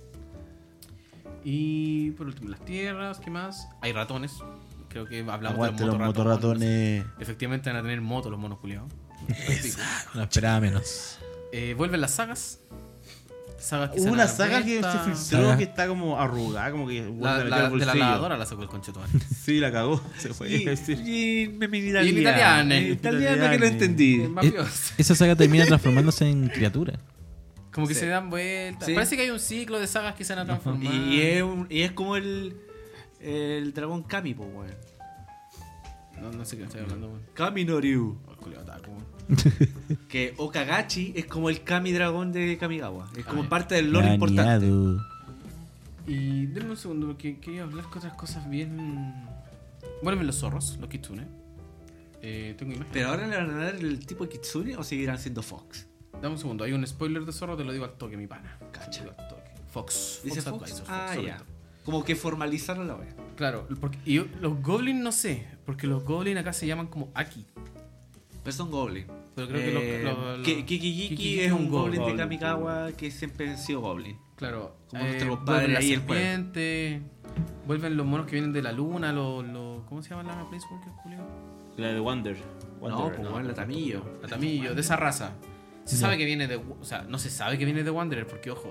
Y por último, las tierras, ¿qué más? Hay ratones. Creo que hablamos Aguante de los los motorratones. Efectivamente van a tener motos los monos culiados. No esperaba menos. Vuelven las sagas. Sagas que Hubo se una dan saga que vuelta. se filtró Saga. que está como arrugada, como que La, vuelve a meter la- al de la bolsillo. lavadora la sacó el conchetumare. Sí, la cagó. Se fue. Y, Es decir, y me Y el italiano. El italiano que no entendí. Es mafioso. Esa saga termina transformándose en criatura. Como que Sí. se dan vueltas. Sí. Parece que hay un ciclo de sagas que se van a transformar. Y es como el dragón Kami, po, weón. No sé qué estoy hablando, weón. Kami no Ryu. Oh, el culiao otaku, weón. Que Okagachi es como el Kami dragón de Kamigawa. Es como ya. parte del lore importante. Planeado. Y denme un segundo porque quería hablar con otras cosas bien. Vuelven los zorros, los kitsune. Tengo imágenes. Pero ahora le van a dar el tipo de Kitsune o seguirán siendo Fox. Dame un segundo, hay un spoiler de zorro, te lo digo al toque, mi pana. Cacha. Te lo digo al toque. Fox. ¿Dice Fox? Advisor, Ah, sobre ya. todo. Como que formalizaron la wea. Claro, porque, y los goblins no sé, porque los goblins acá se llaman como Aki. Pero son goblin. Pero creo que Kikijiki es un goblin de Kamigawa que siempre ha sido goblin. Claro, Como nuestro compadre vuelven las ahí, el juego. serpientes, vuelven los monos que vienen de la luna, ¿cómo se llama la Planeswalker, Julio? La de Wonder. No, pues bueno, la Tamillo. La Tamillo, de esa raza. Se sabe que viene de, o sea, no se sabe que viene de Wanderer porque ojo,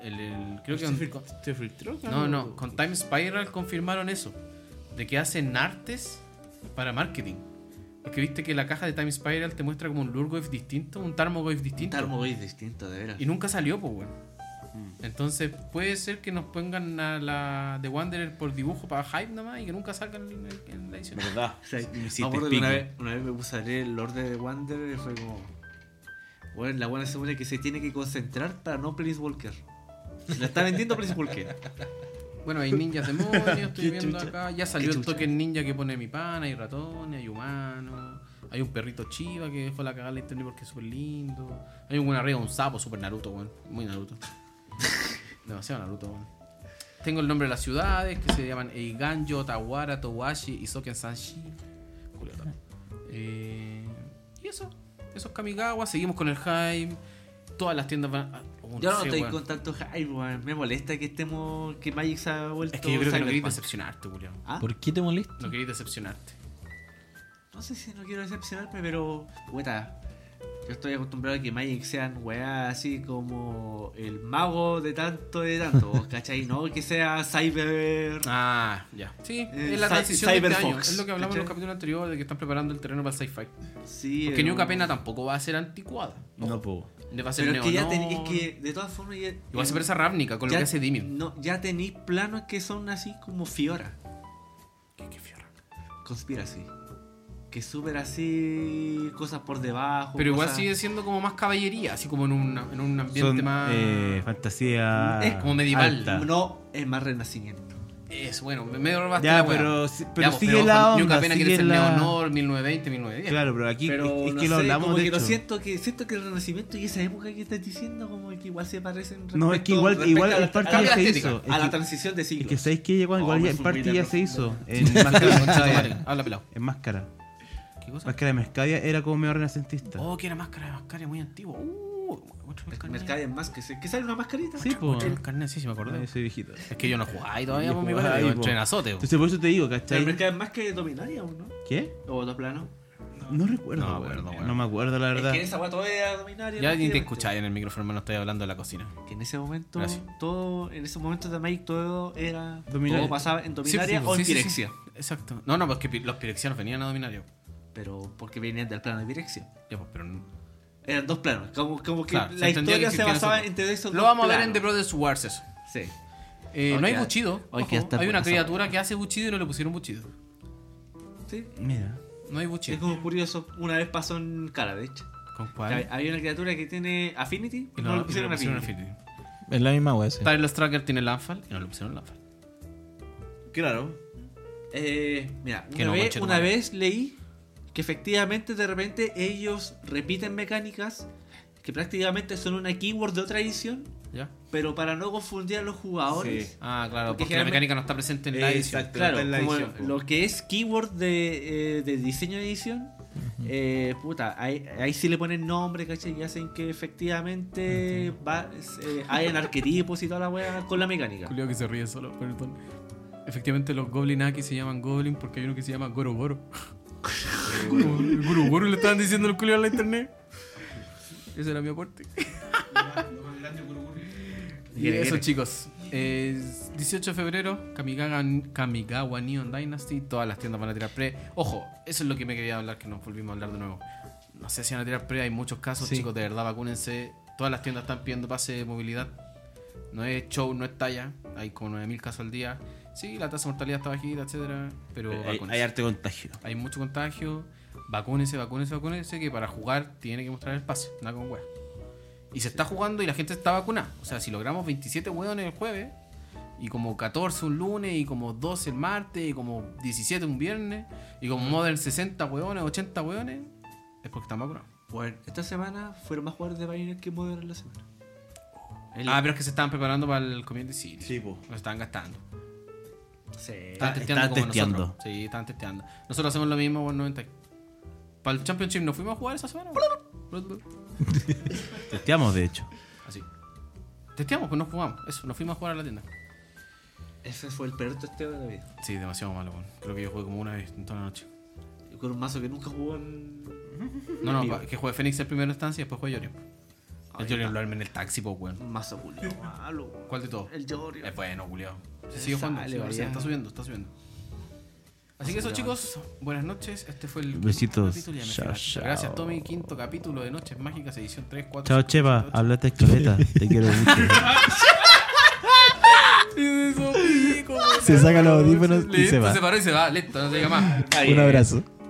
creo que con Time Spiral confirmaron eso, de que hacen artes para marketing. Porque viste que la caja de Time Spiral te muestra como un Lurgoyf distinto, un Tarmogoyf distinto. Tarmogoyf distinto, de veras. Y nunca salió, pues, weón. Entonces puede ser que nos pongan a la de Wanderer por dibujo para hype nomás y que nunca salgan en la edición. ¿Verdad? O sea, Me me hiciste acuerdo que pico. una vez me puse a leer el Lord de Wanderer y fue como... Bueno, la buena se supone que se tiene que concentrar para no Planeswalker. Se la está vendiendo Planeswalker. Bueno, hay ninjas demonios, estoy Qué viendo chucha. acá. Ya salió Qué el chucha. token ninja que pone mi pana, hay ratones, hay humanos. Hay un perrito chiva que dejó la cagada en la internet porque es súper lindo. Hay arriba un sapo, súper Naruto, weón. Muy Naruto. Demasiado Naruto, weón. Tengo el nombre de las ciudades que se llaman Eiganjo, Tawara, Towashi y Soken Sanshi. Y eso es Kamigawa. Seguimos con el hype. Todas las tiendas van. Yo no sé, estoy weón. con tanto hype, weón. Me molesta que estemos. Que Magic se ha vuelto. Es que yo creo que no queréis Cyberpunk. decepcionarte, Julián. ¿Ah? ¿Por qué te molesta? No queréis decepcionarte. No sé si no quiero decepcionarme, pero. Puta. Yo estoy acostumbrado a que Magic sean weas así como el mago de tanto, ¿cachai? No que sea Cyber. Ah, ya. Sí, es la Cy- transición de este año. Cyberfox, Es lo que hablamos en los ¿cachai? capítulos anteriores de que están preparando el terreno para el sci-fi. Sí. Porque New Capena tampoco va a ser anticuada. No puedo. Va a ser Pero es que ya Neonor. es que de todas formas. Ya, Igual se parece a Ravnica con lo ya- que hace Dimion. No, ya tenéis planos que son así como Fiora. ¿Qué fiora? Conspiracy. Que súper así. Cosas por debajo. Pero igual cosas- sigue siendo como más caballería, así como en un ambiente Son más. fantasía. Es como medieval. alta. No, es más renacimiento. Es bueno, medio robaste Ya, la wea. pero Ya, pues, sigue pero la New onda. Capena quiere Sigue ser la... Neonor 1920, 1910. Claro, pero aquí Pero es no que lo sé, hablamos como de que lo hecho. siento que el renacimiento y esa época que estás diciendo como que igual se parecen No, es que respecto igual a la- en parte a la ya se estética, hizo. a la Es que- transición de es siglos. que sabéis que igual me ya en fui parte muy ya lejos. se hizo. En Máscara de Mercadia. Habla pelado. En Máscara. ¿Qué cosa? Máscara de Mercadia era como medio renacentista. Oh, que era máscara de mascaria muy antiguo. Mucho El carnet. mercado es más que sale una mascarita. Sí, pues. Mucho carnet, sí, me acordé. Soy viejito. Es que yo no jugaba ahí todavía Yo con mi jugaba padre, ahí, yo po. entré en azote. Entonces por eso te digo, Pero ¿cachai? el mercado es más que Dominaria, ¿o no? ¿Qué? O dos planos. No recuerdo, No me weón. acuerdo, weón. No me acuerdo, la verdad. Es que esa weá todavía era Dominaria. Ya ni te prácticamente. escucháis en el micrófono, hermano, estoy hablando de la cocina. Que en ese momento, Gracias. en ese momento de Magic todo era. Dominaria. Todo pasaba en Dominaria Sí, o en sí, sí, Pirexia. sí. Exacto. No, no, pues que los pirexianos venían a dominar. Pero porque venían del plano de Pirexia. Ya, pues, pero no. Eran dos planos. Como que Claro, se la entendía historia que se existían basaba esos- entre esos Lo dos vamos a ver en planos. The Brothers Wars eso. Sí. No hay Ok. Bushido. Ok, Ojo, está hay una buena esa criatura que hace Bushido y no le pusieron Bushido. Sí. Mira. No hay Es Bushido. como curioso. Una vez pasó en Caravage. ¿Con Que cuál? Hay una criatura que tiene Affinity Y y no le pusieron Affinity. Affinity. Es la misma wea, sí. Tyler Tracker tiene Landfall y no le pusieron Landfall. Claro. Mira, Que no, una conchetumare. vez leí que efectivamente de repente ellos repiten mecánicas que prácticamente son una keyword de otra edición, ¿Ya? pero para no confundir a los jugadores. Sí. Ah, claro, Porque porque la generalmente- mecánica no está presente en la edición. Exacto. Claro, está en la como edición, po. lo que es keyword de diseño de edición, puta, ahí sí le ponen nombre, ¿cachai? Y hacen que efectivamente hayan arquetipos y toda la wea con la mecánica. Julio que se ríe solo, perdón. Efectivamente los Goblin aquí se llaman Goblin porque hay uno que se llama Goro Goro. El Goro Goro le estaban diciendo el Julio en la internet. Ese era mi aporte. Y eso, chicos. 18 de febrero, Kamigawa Neon Dynasty. Todas las tiendas van a tirar pre. Ojo, eso es lo que me quería hablar, que nos volvimos a hablar de nuevo. No sé si van a tirar pre, hay muchos casos, Sí. chicos, de verdad, vacúnense. Todas las tiendas están pidiendo pase de movilidad. No es show, no es talla. Hay como 9000 casos al día. Sí, la tasa de mortalidad está bajita, etcétera. Pero Hay vacúnense. arte contagio. Hay mucho contagio. Vacúnense, que para jugar tiene que mostrar el pase, nada con wea. Y se está jugando y la gente está vacunada. O sea, si logramos 27 hueones el jueves, y como 14 un lunes, y como 12 el martes, y como 17 un viernes, y como Modern 60 hueones, 80 hueones, es porque están vacunados. Bueno, esta semana fueron más jugadores de Pioneer que Modern en la semana. Pero es que se estaban preparando para el Community Series. Sí, po. Lo estaban gastando. Sí. Estaban testeando estaban como testeando. nosotros. Sí, estaban testeando. Nosotros hacemos lo mismo por 90. Para el Championship nos fuimos a jugar esa semana. Testeamos, de hecho. Así. Testeamos, pues no jugamos. Eso, nos fuimos a jugar a la tienda. Ese fue el peor testeo de la vida. Sí, demasiado malo, weón. Creo que yo jugué como una vez en toda la noche. Con un mazo que nunca jugó en. No, vivo. que juegue Fénix en primera instancia y después juegue Yorion. El Jordan lo arma en el taxi, pues, weón. Un mazo culiao malo. ¿Cuál de todos? El Jordan. Es bueno, culiao. Se sigue jugando. Sale, Sí, vaya. está subiendo. Así que eso, chicos, buenas noches. Este fue el Besitos. capítulo. Ya me Chao, fui. chao. Gracias, Tommy. Quinto capítulo de Noches Mágicas, edición 3, 4. Chao, Chepa. Hablate escaleta. Te quiero mucho. Se saca los audífonos y Listo, se va. se paró y se va. Listo, no se diga más. Un abrazo.